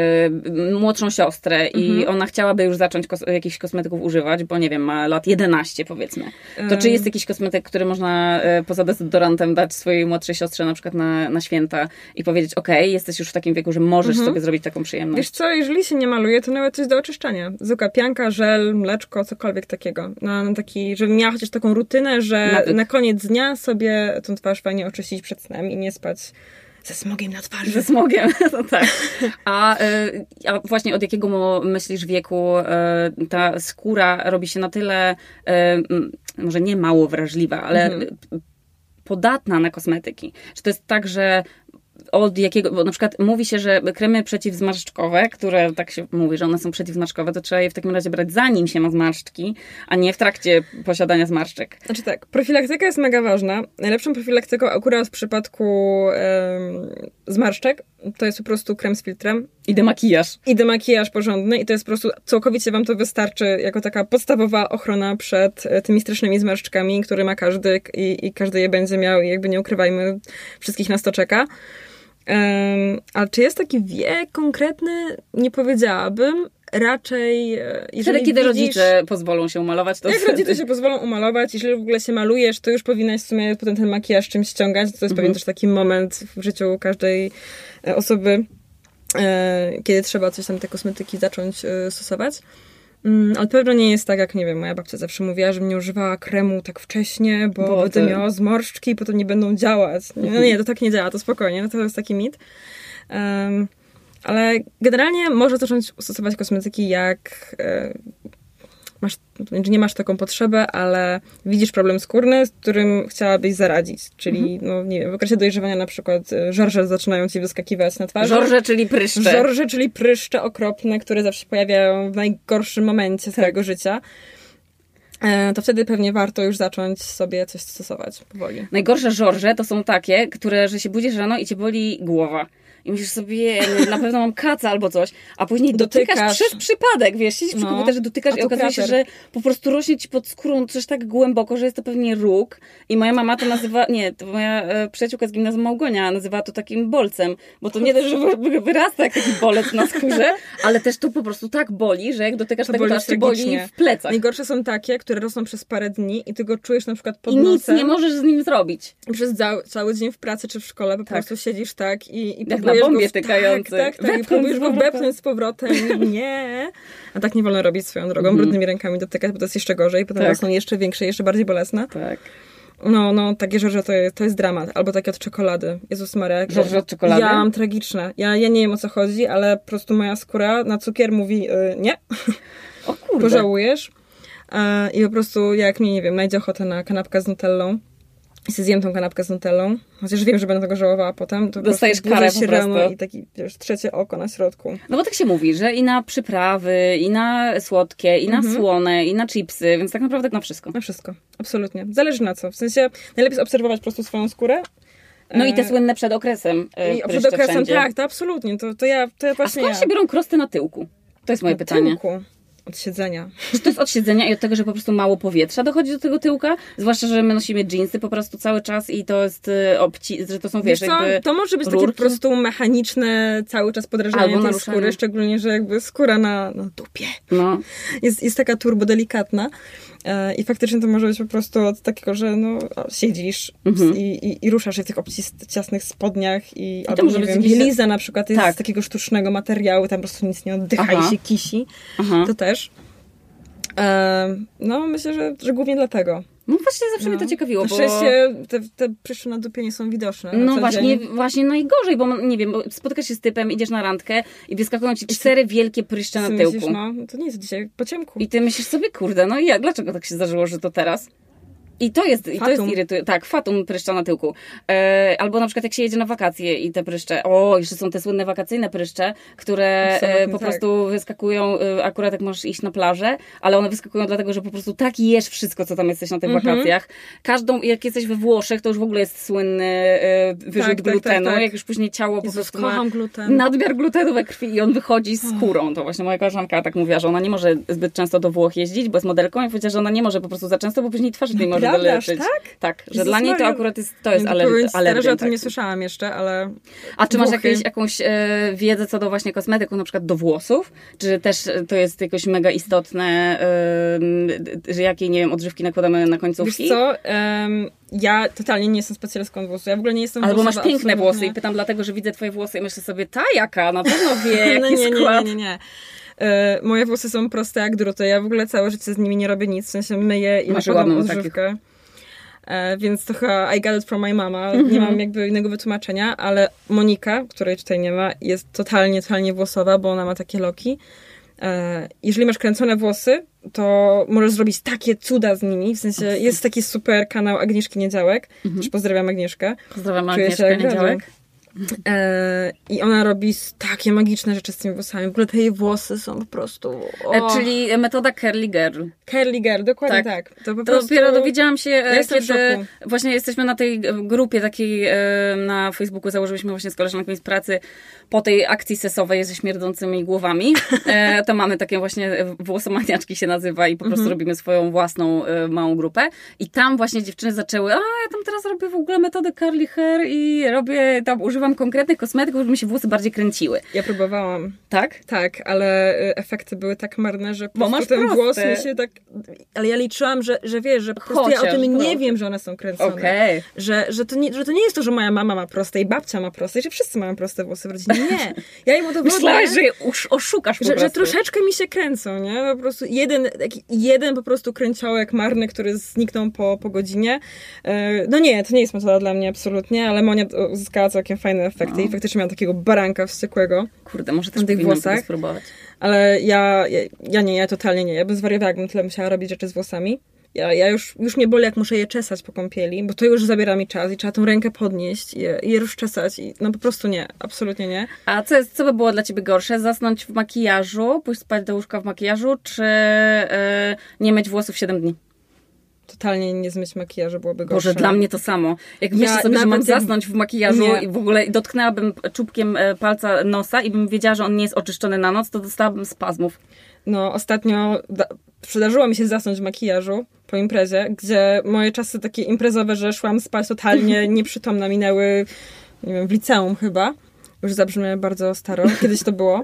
y, młodszą siostrę mhm. i ona chciałaby już zacząć kos- jakichś kosmetyków używać, bo nie wiem, ma lat jedenaście powiedzmy, to um. czy jest jakiś kosmetyk, który można y, poza dezodorantem dać swojej młodszej siostrze na przykład na, na święta i powiedzieć, okej, okay, jesteś już w takim wieku, że możesz mhm. sobie zrobić taką przyjemność. Wiesz co, jeżeli się nie maluje, to nawet coś do oczyszczania. Zuka, pianka, żel, mleczko, cokolwiek takiego. Na taki, żebym miała chociaż taką rutynę, że Nawyk. na koniec dnia sobie tą twarz fajnie oczyścić przed snem i nie spać ze smogiem na twarzy. Ze smogiem, no tak. A, a właśnie od jakiego myślisz wieku ta skóra robi się na tyle, może nie mało wrażliwa, ale mhm. podatna na kosmetyki? Czy to jest tak, że od jakiego, bo na przykład mówi się, że kremy przeciwzmarszczkowe, które tak się mówi, że one są przeciwzmarszczkowe, to trzeba je w takim razie brać zanim się ma zmarszczki, a nie w trakcie posiadania zmarszczek. Znaczy tak, profilaktyka jest mega ważna. Najlepszą profilaktyką akurat w przypadku em, zmarszczek to jest po prostu krem z filtrem. I demakijaż. I demakijaż porządny i to jest po prostu, całkowicie wam to wystarczy jako taka podstawowa ochrona przed tymi strasznymi zmarszczkami, które ma każdy i, i każdy je będzie miał i jakby nie ukrywajmy, wszystkich nas to czeka. Um, a czy jest taki wiek konkretny? Nie powiedziałabym. Raczej, jeżeli Wtedy, kiedy widzisz, rodzice pozwolą się umalować, to jak wtedy... rodzice się pozwolą umalować, jeżeli w ogóle się malujesz, to już powinnaś w sumie potem ten makijaż czymś ściągać. To jest mhm. pewien też taki moment w życiu każdej osoby, e, kiedy trzeba coś tam, te kosmetyki zacząć e, stosować. Mm, ale pewno nie jest tak, jak, nie wiem, moja babcia zawsze mówiła, żebym nie używała kremu tak wcześnie, bo, bo będę ty... miała zmarszczki i potem nie będą działać. Nie, no nie, to tak nie działa, to spokojnie, no to jest taki mit. Um, ale generalnie można zacząć stosować kosmetyki, jak e, masz, nie masz taką potrzebę, ale widzisz problem skórny, z którym chciałabyś zaradzić. Czyli, mhm. no nie wiem, w okresie dojrzewania na przykład żorże zaczynają ci wyskakiwać na twarzy. Żorże, czyli pryszcze. Żorże, czyli pryszcze okropne, które zawsze się pojawiają w najgorszym momencie swojego życia. To wtedy pewnie warto już zacząć sobie coś stosować powoli. Najgorsze żorże to są takie, które, że się budzisz rano i cię boli głowa. I myślisz sobie, na pewno mam kaca albo coś, a później dotykasz, dotykasz przez przypadek, wiesz, siedzisz przy no, komputerze, dotykasz i okazuje się, że po prostu rośnie ci pod skórą coś tak głęboko, że jest to pewnie róg. I moja mama to nazywa, nie, to moja e, przyjaciółka z gimnazjum Małgonia nazywa to takim bolcem, bo to nie też, że wyrasta jak taki bolec na skórze, ale też to po prostu tak boli, że jak dotykasz to tego, to aż cię boli w plecach. Najgorsze są takie, które rosną przez parę dni i ty go czujesz na przykład pod I nosem. I nic nie możesz z nim zrobić. Przez cały, cały dzień w pracy czy w szkole po tak. prostu siedzisz tak i, i na bombie tykającej. Tak, tak, tak. I próbujesz go wepchnąć z powrotem. Nie. A tak nie wolno robić swoją drogą. Mm. Brudnymi rękami dotykać, bo to jest jeszcze gorzej. Potem tak. są jeszcze większe, jeszcze bardziej bolesne. Tak. No, no, takie żorże to jest, to jest dramat. Albo takie od czekolady. Jezus Maria. Żorże od czekolady? Ja mam tragiczne. Ja, ja nie wiem, o co chodzi, ale po prostu moja skóra na cukier mówi yy, nie. O kurde. Pożałujesz. Yy, I po prostu jak mnie, nie wiem, najdzie ochotę na kanapkę z nutellą, i sobie zjem tą kanapkę z nutellą, chociaż wiem, że będę tego żałowała potem, to dostajesz karę po prostu. I taki, wiesz, trzecie oko na środku. No bo tak się mówi, że i na przyprawy, i na słodkie, i na mhm. słone, i na chipsy, więc tak naprawdę na wszystko. Na wszystko, absolutnie. Zależy na co. W sensie najlepiej jest obserwować po prostu swoją skórę. No i te słynne przed okresem. I przed okresem, wszędzie. tak, to absolutnie. To, to ja, to ja właśnie A skąd ja. się biorą krosty na tyłku? To jest moje na pytanie. Tyłku. Od siedzenia. Czy to jest od siedzenia i od tego, że po prostu mało powietrza dochodzi do tego tyłka? Zwłaszcza, że my nosimy dżinsy po prostu cały czas i to jest obci- że to są, wiesz, wiesz co, jakby to może być rurki. takie po prostu mechaniczne cały czas podrażanie tej naruszenie. skóry, szczególnie, że jakby skóra na, na dupie no. jest, jest taka turbo delikatna. I faktycznie to może być po prostu od takiego, że no, siedzisz mhm. i, i, i ruszasz się w tych ciasnych spodniach i, I albo nie wiem, bieliza na przykład jest tak. z takiego sztucznego materiału, tam po prostu nic nie oddycha Aha. i się kisi. Aha. To też. E, no myślę, że, że głównie dlatego. No właśnie zawsze no. mnie to ciekawiło, bo... Szczęście te, te pryszcze na dupie nie są widoczne. No właśnie, właśnie najgorzej, bo nie wiem, bo spotykasz się z typem, idziesz na randkę i wyskakują ci cztery ty... wielkie pryszcze na tyłku. Myślisz, no to nie jest dzisiaj po ciemku. I ty myślisz sobie, kurde, no i jak, dlaczego tak się zdarzyło, że to teraz? I to jest, i to jest irytujące. Tak, fatum pryszcza na tyłku. E, albo na przykład jak się jedzie na wakacje i te pryszcze, o, jeszcze są te słynne wakacyjne pryszcze, które e, po tak. prostu wyskakują, e, akurat jak możesz iść na plażę, ale one wyskakują dlatego, że po prostu tak jesz wszystko, co tam jesteś na tych mhm. wakacjach. Każdą, jak jesteś we Włoszech, to już w ogóle jest słynny e, wyrzut tak, glutenu, tak, tak, tak. jak już później ciało Jezus, po prostu ma gluten. nadmiar glutenu we krwi i on wychodzi z skórą. To właśnie moja koleżanka tak mówiła, że ona nie może zbyt często do Włoch jeździć, bo jest modelką i powiedziała, że ona nie może po prostu za często, bo później twarz nie może doleczyć. Tak? Tak, że Jezus dla niej to akurat jest, to jest nie, alergia. Teraz o tym nie słyszałam jeszcze, ale... A czy masz jakieś, jakąś e, wiedzę co do właśnie kosmetyku, na przykład do włosów? Czy też to jest jakoś mega istotne, e, że jakie, nie wiem, odżywki nakładamy na końcówki? Wiesz co, um, ja totalnie nie jestem specjalistką od włosów. Ja w ogóle nie jestem Albo masz piękne absolutnie. włosy i pytam dlatego, że widzę twoje włosy i myślę sobie, ta jaka, na pewno wie, jaki no nie, skład. Nie, nie, nie, nie. E, moje włosy są proste jak druty. Ja w ogóle całe życie z nimi nie robię nic. W sensie myję i nakładam odżywkę. E, więc to chyba I got it from my mama. Mm-hmm. Nie mam jakby innego wytłumaczenia, ale Monika, której tutaj nie ma, jest totalnie, totalnie włosowa, bo ona ma takie loki. E, jeżeli masz kręcone włosy, to możesz zrobić takie cuda z nimi. W sensie jest taki super kanał Agnieszki Niedziałek. Mm-hmm. Też pozdrawiam Agnieszkę. Pozdrawiam Agnieszkę Niedziałek. E, I ona robi takie magiczne rzeczy z tymi włosami. W ogóle te jej włosy są po prostu... O. E, czyli metoda curly girl. Curly girl, dokładnie tak. tak. To, po to prostu... dopiero dowiedziałam się, ja kiedy właśnie jesteśmy na tej grupie takiej e, na Facebooku, założyliśmy właśnie z koleżankami z pracy po tej akcji sesowej ze śmierdzącymi głowami. E, to mamy takie właśnie włosomaniaczki się nazywa i po prostu mm-hmm. robimy swoją własną e, małą grupę. I tam właśnie dziewczyny zaczęły, a ja tam teraz robię w ogóle metodę curly hair i robię, tam używam konkretnych kosmetyków, żeby mi się włosy bardziej kręciły. Ja próbowałam. Tak? Tak, ale efekty były tak marne, że po Bo prostu masz ten proste. włos mi się tak... Ale ja liczyłam, że, że wiesz, że po prostu Chociaż, ja o tym proste. nie wiem, że one są kręcone. Okay. Że, że, to nie, że to nie jest to, że moja mama ma proste i babcia ma proste i że wszyscy mają proste włosy w rodzinie. Nie. Ja im udowodnię... Myślałaś, że je oszukasz po że, prostu. że troszeczkę mi się kręcą, nie? Po prostu jeden, taki jeden po prostu kręciołek marny, który zniknął po, po godzinie. No nie, to nie jest metoda dla mnie absolutnie, ale Monia uzyskała całkiem fajne efekty no. i faktycznie miała takiego baranka wściekłego. Kurde, może też tych włosach spróbować. Ale ja, ja, ja nie, ja totalnie nie. Ja bym zwariowała, jakbym tyle musiała robić rzeczy z włosami. Ja, ja już, już mnie boli, jak muszę je czesać po kąpieli, bo to już zabiera mi czas i trzeba tą rękę podnieść i je, je rozczesać. I no po prostu nie, absolutnie nie. A co, jest, co by było dla ciebie gorsze? Zasnąć w makijażu, pójść spać do łóżka w makijażu, czy yy, nie myć włosów siedem dni? Totalnie nie zmyć makijażu byłoby gorsze. Boże, dla mnie to samo. Jak ja myślę sobie, że mam zasnąć w makijażu nie. i w ogóle dotknęłabym czubkiem palca nosa i bym wiedziała, że on nie jest oczyszczony na noc, to dostałabym spazmów. No, ostatnio da- przydarzyło mi się zasnąć w makijażu po imprezie, gdzie moje czasy takie imprezowe, że szłam spać totalnie nieprzytomna, minęły, nie wiem, w liceum chyba. Już zabrzmię bardzo staro. Kiedyś to było.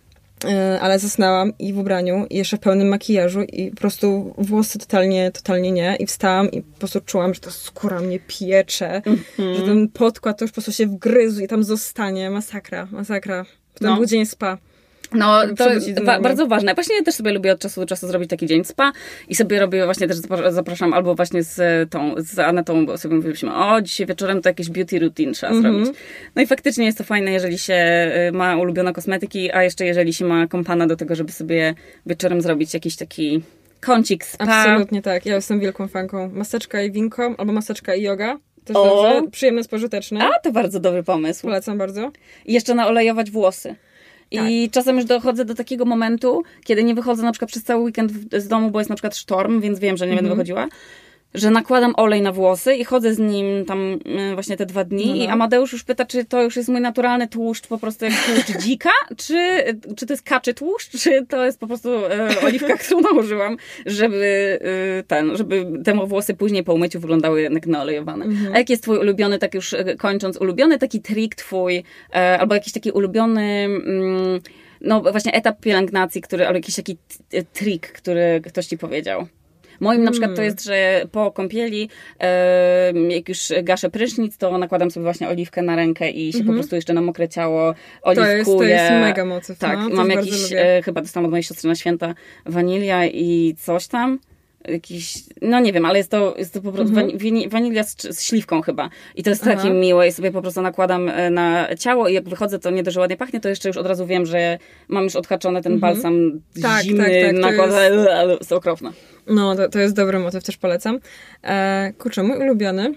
Ale zasnęłam i w ubraniu, i jeszcze w pełnym makijażu i po prostu włosy totalnie, totalnie nie. I wstałam i po prostu czułam, że ta skóra mnie piecze, mm-hmm. że ten podkład to już po prostu się wgryzł i tam zostanie. Masakra, masakra. Potem no. był dzień spa. No, to wa- bardzo ważne. Właśnie ja też sobie lubię od czasu do czasu zrobić taki dzień spa i sobie robię właśnie też zapraszam albo właśnie z tą, z Anetą, bo sobie mówiliśmy, o, dzisiaj wieczorem to jakieś beauty routine trzeba mm-hmm. zrobić. No i faktycznie jest to fajne, jeżeli się ma ulubione kosmetyki, a jeszcze jeżeli się ma kompana do tego, żeby sobie wieczorem zrobić jakiś taki kącik spa. Absolutnie tak. Ja jestem wielką fanką. Maseczka i winko, albo maseczka i yoga. Też o. dobrze. Przyjemne, spożyteczne. A, to bardzo dobry pomysł. Polecam bardzo. I jeszcze naolejować włosy. I tak. czasem już dochodzę do takiego momentu, kiedy nie wychodzę na przykład przez cały weekend z domu, bo jest na przykład sztorm, więc wiem, że nie mm-hmm. będę wychodziła, że nakładam olej na włosy i chodzę z nim tam właśnie te dwa dni no, no. i Amadeusz już pyta, czy to już jest mój naturalny tłuszcz, po prostu jak tłuszcz dzika, czy, czy to jest kaczy tłuszcz, czy to jest po prostu e, oliwka, którą nałożyłam, żeby e, ten, żeby te włosy później po umyciu wyglądały jak naolejowane. Mm-hmm. A jaki jest twój ulubiony, tak już kończąc, ulubiony taki trik twój, e, albo jakiś taki ulubiony mm, no właśnie etap pielęgnacji, który, albo jakiś taki t- trik, który ktoś ci powiedział? Moim na przykład to jest, że po kąpieli, e, jak już gaszę prysznic, to nakładam sobie właśnie oliwkę na rękę i się mm-hmm. po prostu jeszcze na mokre ciało oliwkuję. To jest, to jest mega motyw. Tak, no, mam jakiś, e, chyba dostałam od mojej siostry na święta wanilia i coś tam. Jakiś, no nie wiem, ale jest to, jest to po prostu mm-hmm. wani- wanilia z, z śliwką chyba. I to jest Aha. takie miłe i sobie po prostu nakładam na ciało i jak wychodzę, to nie dość, że ładnie pachnie, to jeszcze już od razu wiem, że mam już odhaczony ten mm-hmm. balsam tak, zimny, tak, tak, nakładam, jest... ale jest okropne. No, to, to jest dobry motyw, też polecam. E, kurczę, mój ulubiony.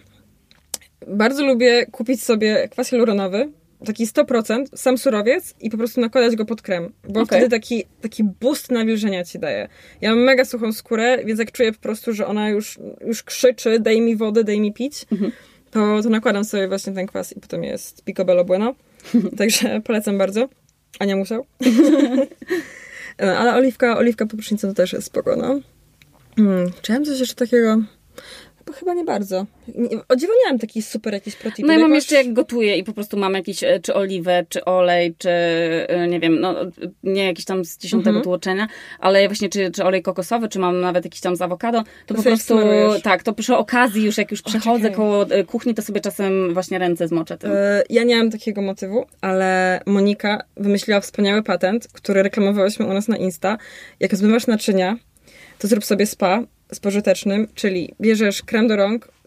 Bardzo lubię kupić sobie kwas hialuronowy, taki sto procent, sam surowiec i po prostu nakładać go pod krem, bo okay. wtedy taki, taki boost nawilżenia ci daje. Ja mam mega suchą skórę, więc jak czuję po prostu, że ona już, już krzyczy, daj mi wodę, daj mi pić, mm-hmm. to, to nakładam sobie właśnie ten kwas i potem jest picobello bueno. Także polecam bardzo. Ania musiał. No, ale oliwka, oliwka po prysznicu to też jest spoko, no. Hmm, czy ja mam coś jeszcze takiego? Chyba nie bardzo. O dziwo nie mam taki super jakiś protip. No ja mam jeszcze jak gotuję i po prostu mam jakiś, czy oliwę, czy olej, czy nie wiem, no nie jakiś tam z dziesiątego mm-hmm. tłoczenia, ale właśnie czy, czy olej kokosowy, czy mam nawet jakiś tam z awokado, to, to po prostu smarujesz. Tak, to przy okazji już jak już przechodzę okay. koło kuchni, to sobie czasem właśnie ręce zmoczę tym. Yy, ja nie mam takiego motywu, ale Monika wymyśliła wspaniały patent, który reklamowałyśmy u nas na Insta. Jak zmywasz naczynia, to zrób sobie spa z pożytecznym, czyli bierzesz krem do rąk,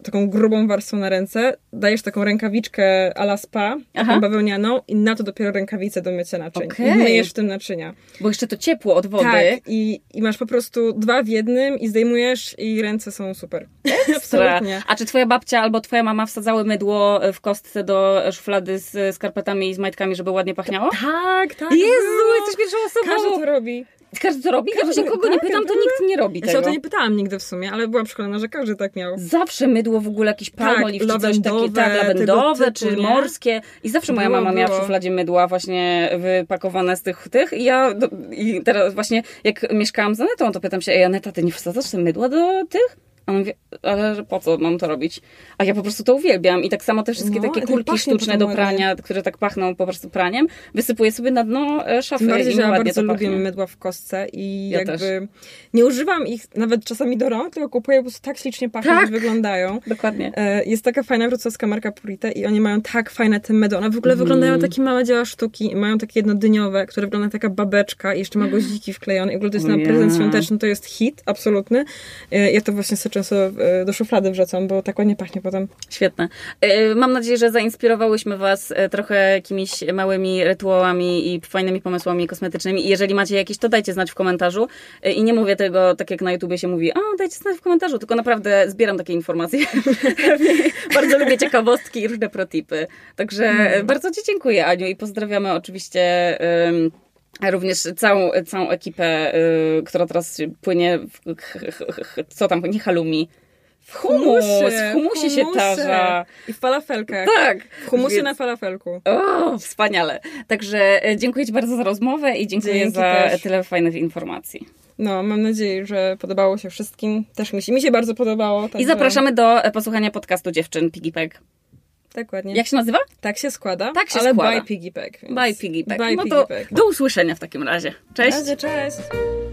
taką grubą warstwą na ręce, dajesz taką rękawiczkę a la spa, taką Aha. bawełnianą i na to dopiero rękawice do mycia naczyń. Okej. I myjesz w tym naczynia. Bo jeszcze to ciepło od wody. Tak, i, i masz po prostu dwa w jednym i zdejmujesz i ręce są super. Absolutnie. A czy twoja babcia albo twoja mama wsadzały mydło w kostce do szuflady z skarpetami i z majtkami, żeby ładnie pachniało? Tak, tak. Jezu, było. jesteś pierwszą osobą. Każdy to robi. Każdy to robi? Ja Każdy- właśnie kogo nie tak, pytam, to tak. nikt nie robi Ja się tego. o to nie pytałam nigdy w sumie, ale byłam przekonana, że każdy tak miał. Zawsze mydło w ogóle jakieś palmolive Tak, czy coś takiego, lawendowe, tak, lawendowe tego czy typu, nie? morskie. I zawsze moja Było, mama miała w było. szufladzie mydła właśnie wypakowane z tych tych. I ja do, i teraz właśnie jak mieszkałam z Anetą, to pytam się, ej Aneta, ty nie wsadzasz te mydła do tych? A on mówi, ale po co mam to robić? A ja po prostu to uwielbiam. I tak samo te wszystkie No, takie i tak kulki pachnie sztuczne potem do ładnie. prania, które tak pachną po prostu praniem, wysypuję sobie na dno e, szafy Tym bardziej, i że ja ładnie bardzo to lubię pachnie. mydła w kostce i Ja jakby też. nie używam ich nawet czasami do rąk, tylko kupuję po prostu tak ślicznie pachną, Tak. że wyglądają. Dokładnie. E, Jest taka fajna wrocławska marka Purite i oni mają tak fajne te mydła. One w ogóle wyglądają takie małe dzieła sztuki i mają takie jedno dyniowe, które wygląda jak taka babeczka i jeszcze ma goździki wklejone i w ogóle to jest O na ja. prezent świąteczny, to jest hit absolutny. E, Ja to właśnie sobie często e, do szuflady wrzucam, bo tak ładnie pachnie potem. Świetne. E, Mam nadzieję, że zainspirowałyśmy Was e, trochę jakimiś małymi rytuałami i fajnymi pomysłami kosmetycznymi. I jeżeli macie jakieś, to dajcie znać w komentarzu. E, I nie mówię tego tak jak na YouTubie się mówi, a dajcie znać w komentarzu, tylko naprawdę zbieram takie informacje. Bardzo lubię ciekawostki i różne protipy. Także e, bardzo Ci dziękuję, Aniu, i pozdrawiamy oczywiście em, również całą, całą ekipę, y, która teraz płynie w, ch, ch, ch, co tam, nie halloumi. W humus, w humusie się tarza. I w falafelkach. Tak. W humusie Więc- na falafelku. O, wspaniale. Także e, dziękuję Ci bardzo za rozmowę i dziękuję Dzięki za też. tyle fajnych informacji. No, mam nadzieję, że podobało się wszystkim. Też mi się, mi się bardzo podobało. I także- zapraszamy do e, posłuchania podcastu Dziewczyn Piggy Peg. Dokładnie. Jak się nazywa? Tak się składa, Tak się ale składa. by Piggy Peg. Więc... Bye Piggy Peg. By No Piggy to Peg. do usłyszenia w takim razie. Cześć. Cześć. Cześć.